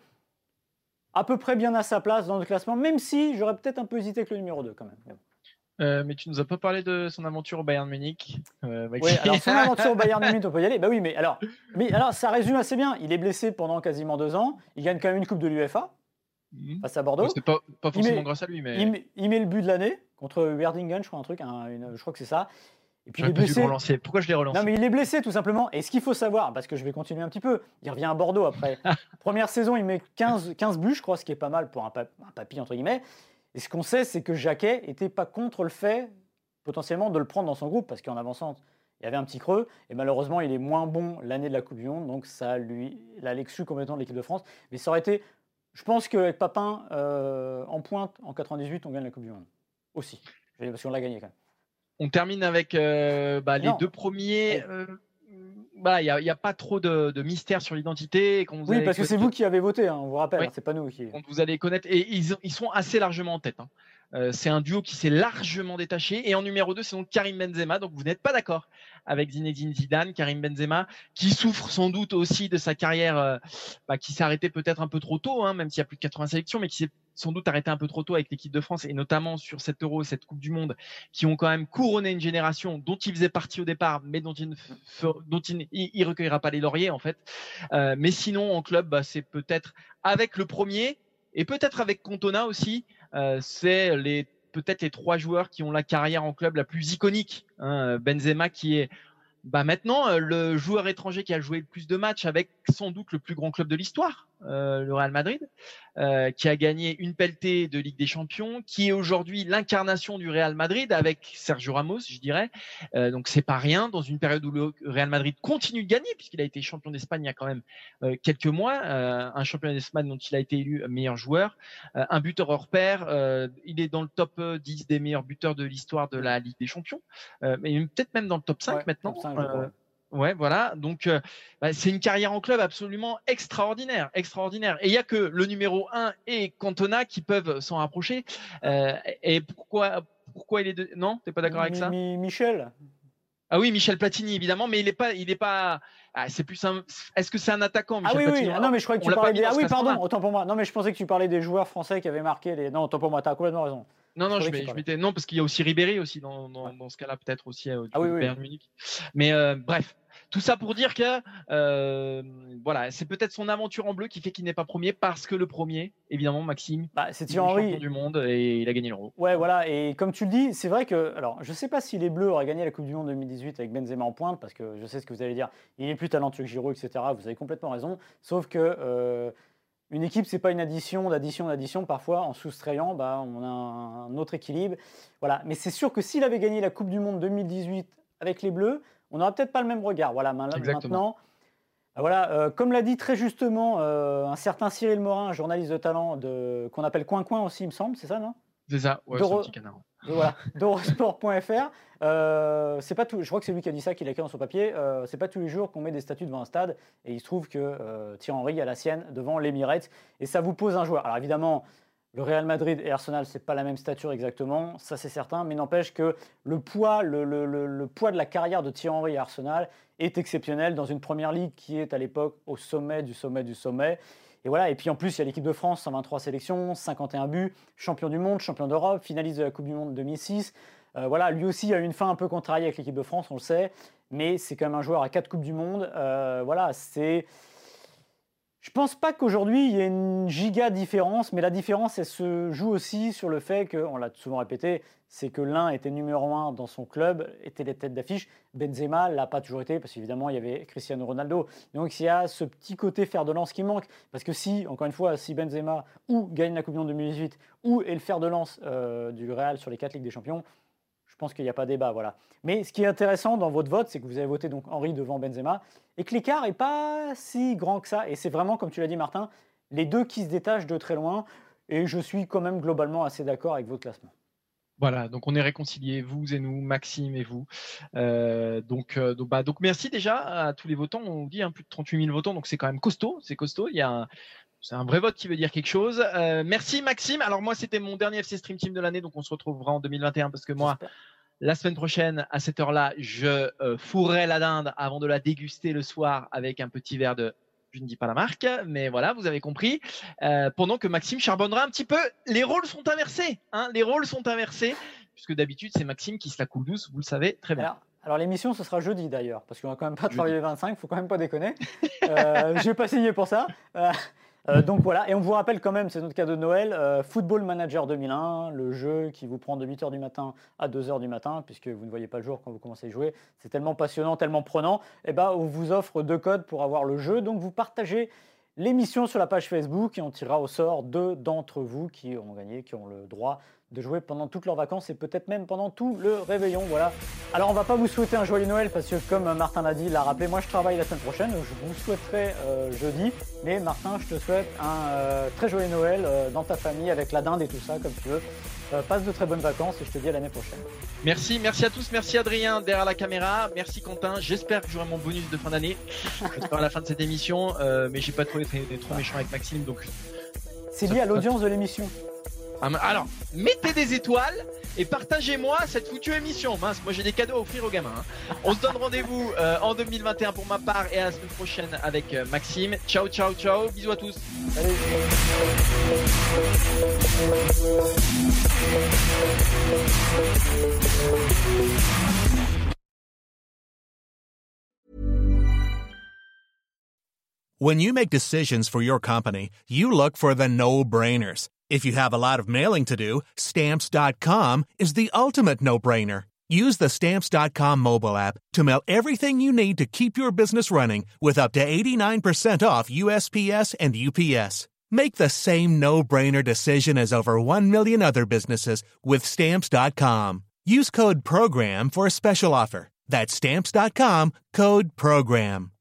à peu près bien à sa place dans le classement, même si j'aurais peut-être un peu hésité avec le numéro deux quand même. Euh, mais tu nous as pas parlé de son aventure au Bayern Munich. Euh, oui, alors son aventure au Bayern Munich, on peut y aller. Bah oui, mais alors, mais alors ça résume assez bien. Il est blessé pendant quasiment deux ans. Il gagne quand même une coupe de l'UEFA mmh. face à Bordeaux. Ouais, c'est pas, pas forcément met, grâce à lui, mais il met, il met le but de l'année contre Werdingen, je crois un truc, un, une, je crois que c'est ça. Et puis il est blessé. Relancer. Pourquoi je l'ai relancé ? Non, mais il est blessé tout simplement. Et ce qu'il faut savoir, parce que je vais continuer un petit peu, il revient à Bordeaux après. Première saison, il met quinze, quinze buts, je crois, ce qui est pas mal pour un, pap- un papy entre guillemets. Et ce qu'on sait, c'est que Jacquet était pas contre le fait potentiellement de le prendre dans son groupe, parce qu'en avançant, il y avait un petit creux, et malheureusement, il est moins bon l'année de la Coupe du Monde, donc ça lui l'a l'exclu complètement de l'équipe de France. Mais ça aurait été, je pense qu'avec Papin euh, en pointe, en quatre-vingt-dix-huit, on gagne la Coupe du Monde. Aussi, parce qu'on l'a gagné quand même. On termine avec euh, bah, les deux premiers... Euh... Voilà, il n'y a, a pas trop de, de mystère sur l'identité. Quand vous oui, parce que c'est vous qui avez voté, hein, on vous rappelle, oui. hein, c'est pas nous qui. Quand vous allez connaître, et ils, ils sont assez largement en tête. Hein. Euh, c'est un duo qui s'est largement détaché. Et en numéro deux, c'est donc Karim Benzema. Donc vous n'êtes pas d'accord avec Zinedine Zidane, Karim Benzema, qui souffre sans doute aussi de sa carrière, euh, bah, qui s'est arrêtée peut-être un peu trop tôt, hein, même s'il y a plus de quatre-vingts sélections, mais qui s'est sans doute arrêté un peu trop tôt avec l'équipe de France et notamment sur cet Euro, cette Coupe du Monde, qui ont quand même couronné une génération dont il faisait partie au départ, mais dont il ne f- dont il, il recueillera pas les lauriers en fait. Euh, mais sinon en club, bah, c'est peut-être avec le premier et peut-être avec Cantona aussi. Euh, c'est les peut-être les trois joueurs qui ont la carrière en club la plus iconique. Hein. Benzema qui est bah maintenant euh, le joueur étranger qui a joué le plus de matchs avec sans doute le plus grand club de l'histoire, euh, le Real Madrid, euh, qui a gagné une pelletée de Ligue des Champions, qui est aujourd'hui l'incarnation du Real Madrid avec Sergio Ramos, je dirais. Euh, donc c'est pas rien dans une période où le Real Madrid continue de gagner puisqu'il a été champion d'Espagne il y a quand même euh, quelques mois, euh, un championnat d'Espagne dont il a été élu meilleur joueur, euh, un buteur hors pair, euh, il est dans le top dix des meilleurs buteurs de l'histoire de la Ligue des Champions, euh, mais peut-être même dans le top cinq ouais, maintenant. Top cinq, euh, ouais, voilà. Donc, euh, bah, c'est une carrière en club absolument extraordinaire, extraordinaire. Et il y a que le numéro un et Cantona qui peuvent s'en rapprocher. Euh, et pourquoi, pourquoi il est de... non, t'es pas d'accord avec ça ? Michel. Ah oui, Michel Platini évidemment, mais il est pas, il est pas. Ah, c'est plus un. Est-ce que c'est un attaquant, Michel Ah oui, Platini ? oui. Ah, non, mais je croyais que tu parlais des. Ah oui, pardon. Autant pour moi. Non, mais je pensais que tu parlais des joueurs français qui avaient marqué les. Non, autant pour moi. T'as complètement raison. Non, non, je, je m'étais. Non, parce qu'il y a aussi Ribéry aussi dans, dans, ouais. dans ce cas-là, peut-être aussi euh, du ah, oui, oui. Bayern Munich. Mais euh, bref, tout ça pour dire que euh, voilà, c'est peut-être son aventure en bleu qui fait qu'il n'est pas premier, parce que le premier, évidemment, Maxime, bah, c'est Thierry Henry, champion du monde et il a gagné l'Euro. Ouais, voilà. Et comme tu le dis, c'est vrai que, alors, je sais pas si les Bleus auraient gagné la Coupe du Monde deux mille dix-huit avec Benzema en pointe, parce que je sais ce que vous allez dire. Il est plus talentueux que Giroud, et cetera. Vous avez complètement raison. Sauf que euh, une équipe, c'est pas une addition, d'addition, d'addition. Parfois, en soustrayant, bah, on a un autre équilibre. Voilà. Mais c'est sûr que s'il avait gagné la Coupe du Monde deux mille dix-huit avec les Bleus, on n'aurait peut-être pas le même regard. Voilà. Maintenant, voilà, euh, comme l'a dit très justement euh, un certain Cyril Morin, journaliste de talent, de, qu'on appelle Coin Coin aussi, il me semble, c'est ça, non? C'est ça, ouais, D'Euro... c'est un petit canard. Voilà, d'Eurosport point F R. Euh, c'est pas tout, je crois que c'est lui qui a dit ça, qui l'a écrit dans son papier. Euh, c'est pas tous les jours qu'on met des statues devant un stade. Et il se trouve que euh, Thierry Henry a la sienne devant l'Emirates. Et ça vous pose un joueur. Alors évidemment, le Real Madrid et Arsenal, c'est pas la même stature exactement, ça c'est certain. Mais n'empêche que le poids, le, le, le, le poids de la carrière de Thierry Henry à Arsenal est exceptionnel dans une première ligue qui est à l'époque au sommet du sommet du sommet. Et voilà, et puis en plus, il y a l'équipe de France, cent vingt-trois sélections, cinquante et un buts, champion du monde, champion d'Europe, finaliste de la Coupe du Monde deux mille six. Euh, voilà, lui aussi a eu une fin un peu contrariée avec l'équipe de France, on le sait, mais c'est quand même un joueur à quatre Coupes du Monde. Euh, voilà, c'est... Je pense pas qu'aujourd'hui, il y ait une giga différence, mais la différence, elle se joue aussi sur le fait que, on l'a souvent répété, c'est que l'un était numéro un dans son club, était les têtes d'affiche. Benzema l'a pas toujours été, parce qu'évidemment, il y avait Cristiano Ronaldo. Donc, il y a ce petit côté fer de lance qui manque. Parce que si, encore une fois, si Benzema ou gagne la Coupe du Monde deux mille dix-huit, ou est le fer de lance euh, du Real sur les quatre Ligues des Champions, je pense qu'il n'y a pas débat, voilà. Mais ce qui est intéressant dans votre vote, c'est que vous avez voté donc Henry devant Benzema, et que l'écart n'est pas si grand que ça. Et c'est vraiment, comme tu l'as dit, Martin, les deux qui se détachent de très loin. Et je suis quand même globalement assez d'accord avec votre classement. Voilà, donc on est réconciliés, vous et nous, Maxime et vous. Euh, donc, euh, donc, bah, donc merci déjà à tous les votants. On dit hein, plus de trente-huit mille votants, donc c'est quand même costaud. C'est costaud. Il y a un, c'est un vrai vote qui veut dire quelque chose. Euh, merci Maxime. Alors moi, c'était mon dernier F C Stream Team de l'année, donc on se retrouvera en deux mille vingt et un parce que moi, J'espère. La semaine prochaine, à cette heure-là, je euh, fourrerai la dinde avant de la déguster le soir avec un petit verre de... Je ne dis pas la marque, mais voilà, vous avez compris. Euh, pendant que Maxime charbonnera un petit peu, les rôles sont inversés. Hein, les rôles sont inversés, puisque d'habitude, c'est Maxime qui se la coule douce, vous le savez très bien. Alors, alors l'émission, ce sera jeudi d'ailleurs, parce qu'on va quand même pas travailler le vingt-cinq, il ne faut quand même pas déconner. Euh, je n'ai pas signé pour ça. Euh, euh, donc voilà, et on vous rappelle quand même, c'est notre cadeau de Noël, euh, Football Manager deux mille un, le jeu qui vous prend de huit heures du matin à deux heures du matin, puisque vous ne voyez pas le jour quand vous commencez à jouer. C'est tellement passionnant, tellement prenant. Et ben, on vous offre deux codes pour avoir le jeu. Donc vous partagez l'émission sur la page Facebook et on tirera au sort deux d'entre vous qui ont gagné, qui ont le droit de jouer pendant toutes leurs vacances et peut-être même pendant tout le réveillon. Voilà. Alors on va pas vous souhaiter un joyeux Noël parce que comme Martin l'a dit, l'a rappelé, moi je travaille la semaine prochaine, je vous souhaiterai euh, jeudi, mais Martin, je te souhaite un euh, très joyeux Noël euh, dans ta famille avec la dinde et tout ça comme tu veux. Euh, passe de très bonnes vacances et je te dis à l'année prochaine. Merci, merci à tous, merci Adrien derrière la caméra, merci Quentin, j'espère que j'aurai mon bonus de fin d'année, j'espère à la fin de cette émission, euh, mais j'ai pas trouvé d'être trop méchant avec Maxime donc... C'est lié à l'audience de l'émission. Alors, mettez des étoiles et partagez-moi cette foutue émission. Mince, moi j'ai des cadeaux à offrir aux gamins. Hein. On se donne rendez-vous euh, en deux mille vingt et un pour ma part et à la semaine prochaine avec euh, Maxime. Ciao, ciao, ciao. Bisous à tous. Salut. When you make decisions for your company, you look for the no-brainers. If you have a lot of mailing to do, Stamps dot com is the ultimate no-brainer. Use the Stamps dot com mobile app to mail everything you need to keep your business running with up to eighty-nine percent off U S P S and U P S. Make the same no-brainer decision as over one million other businesses with Stamps dot com. Use code PROGRAM for a special offer. That's Stamps dot com, code PROGRAM.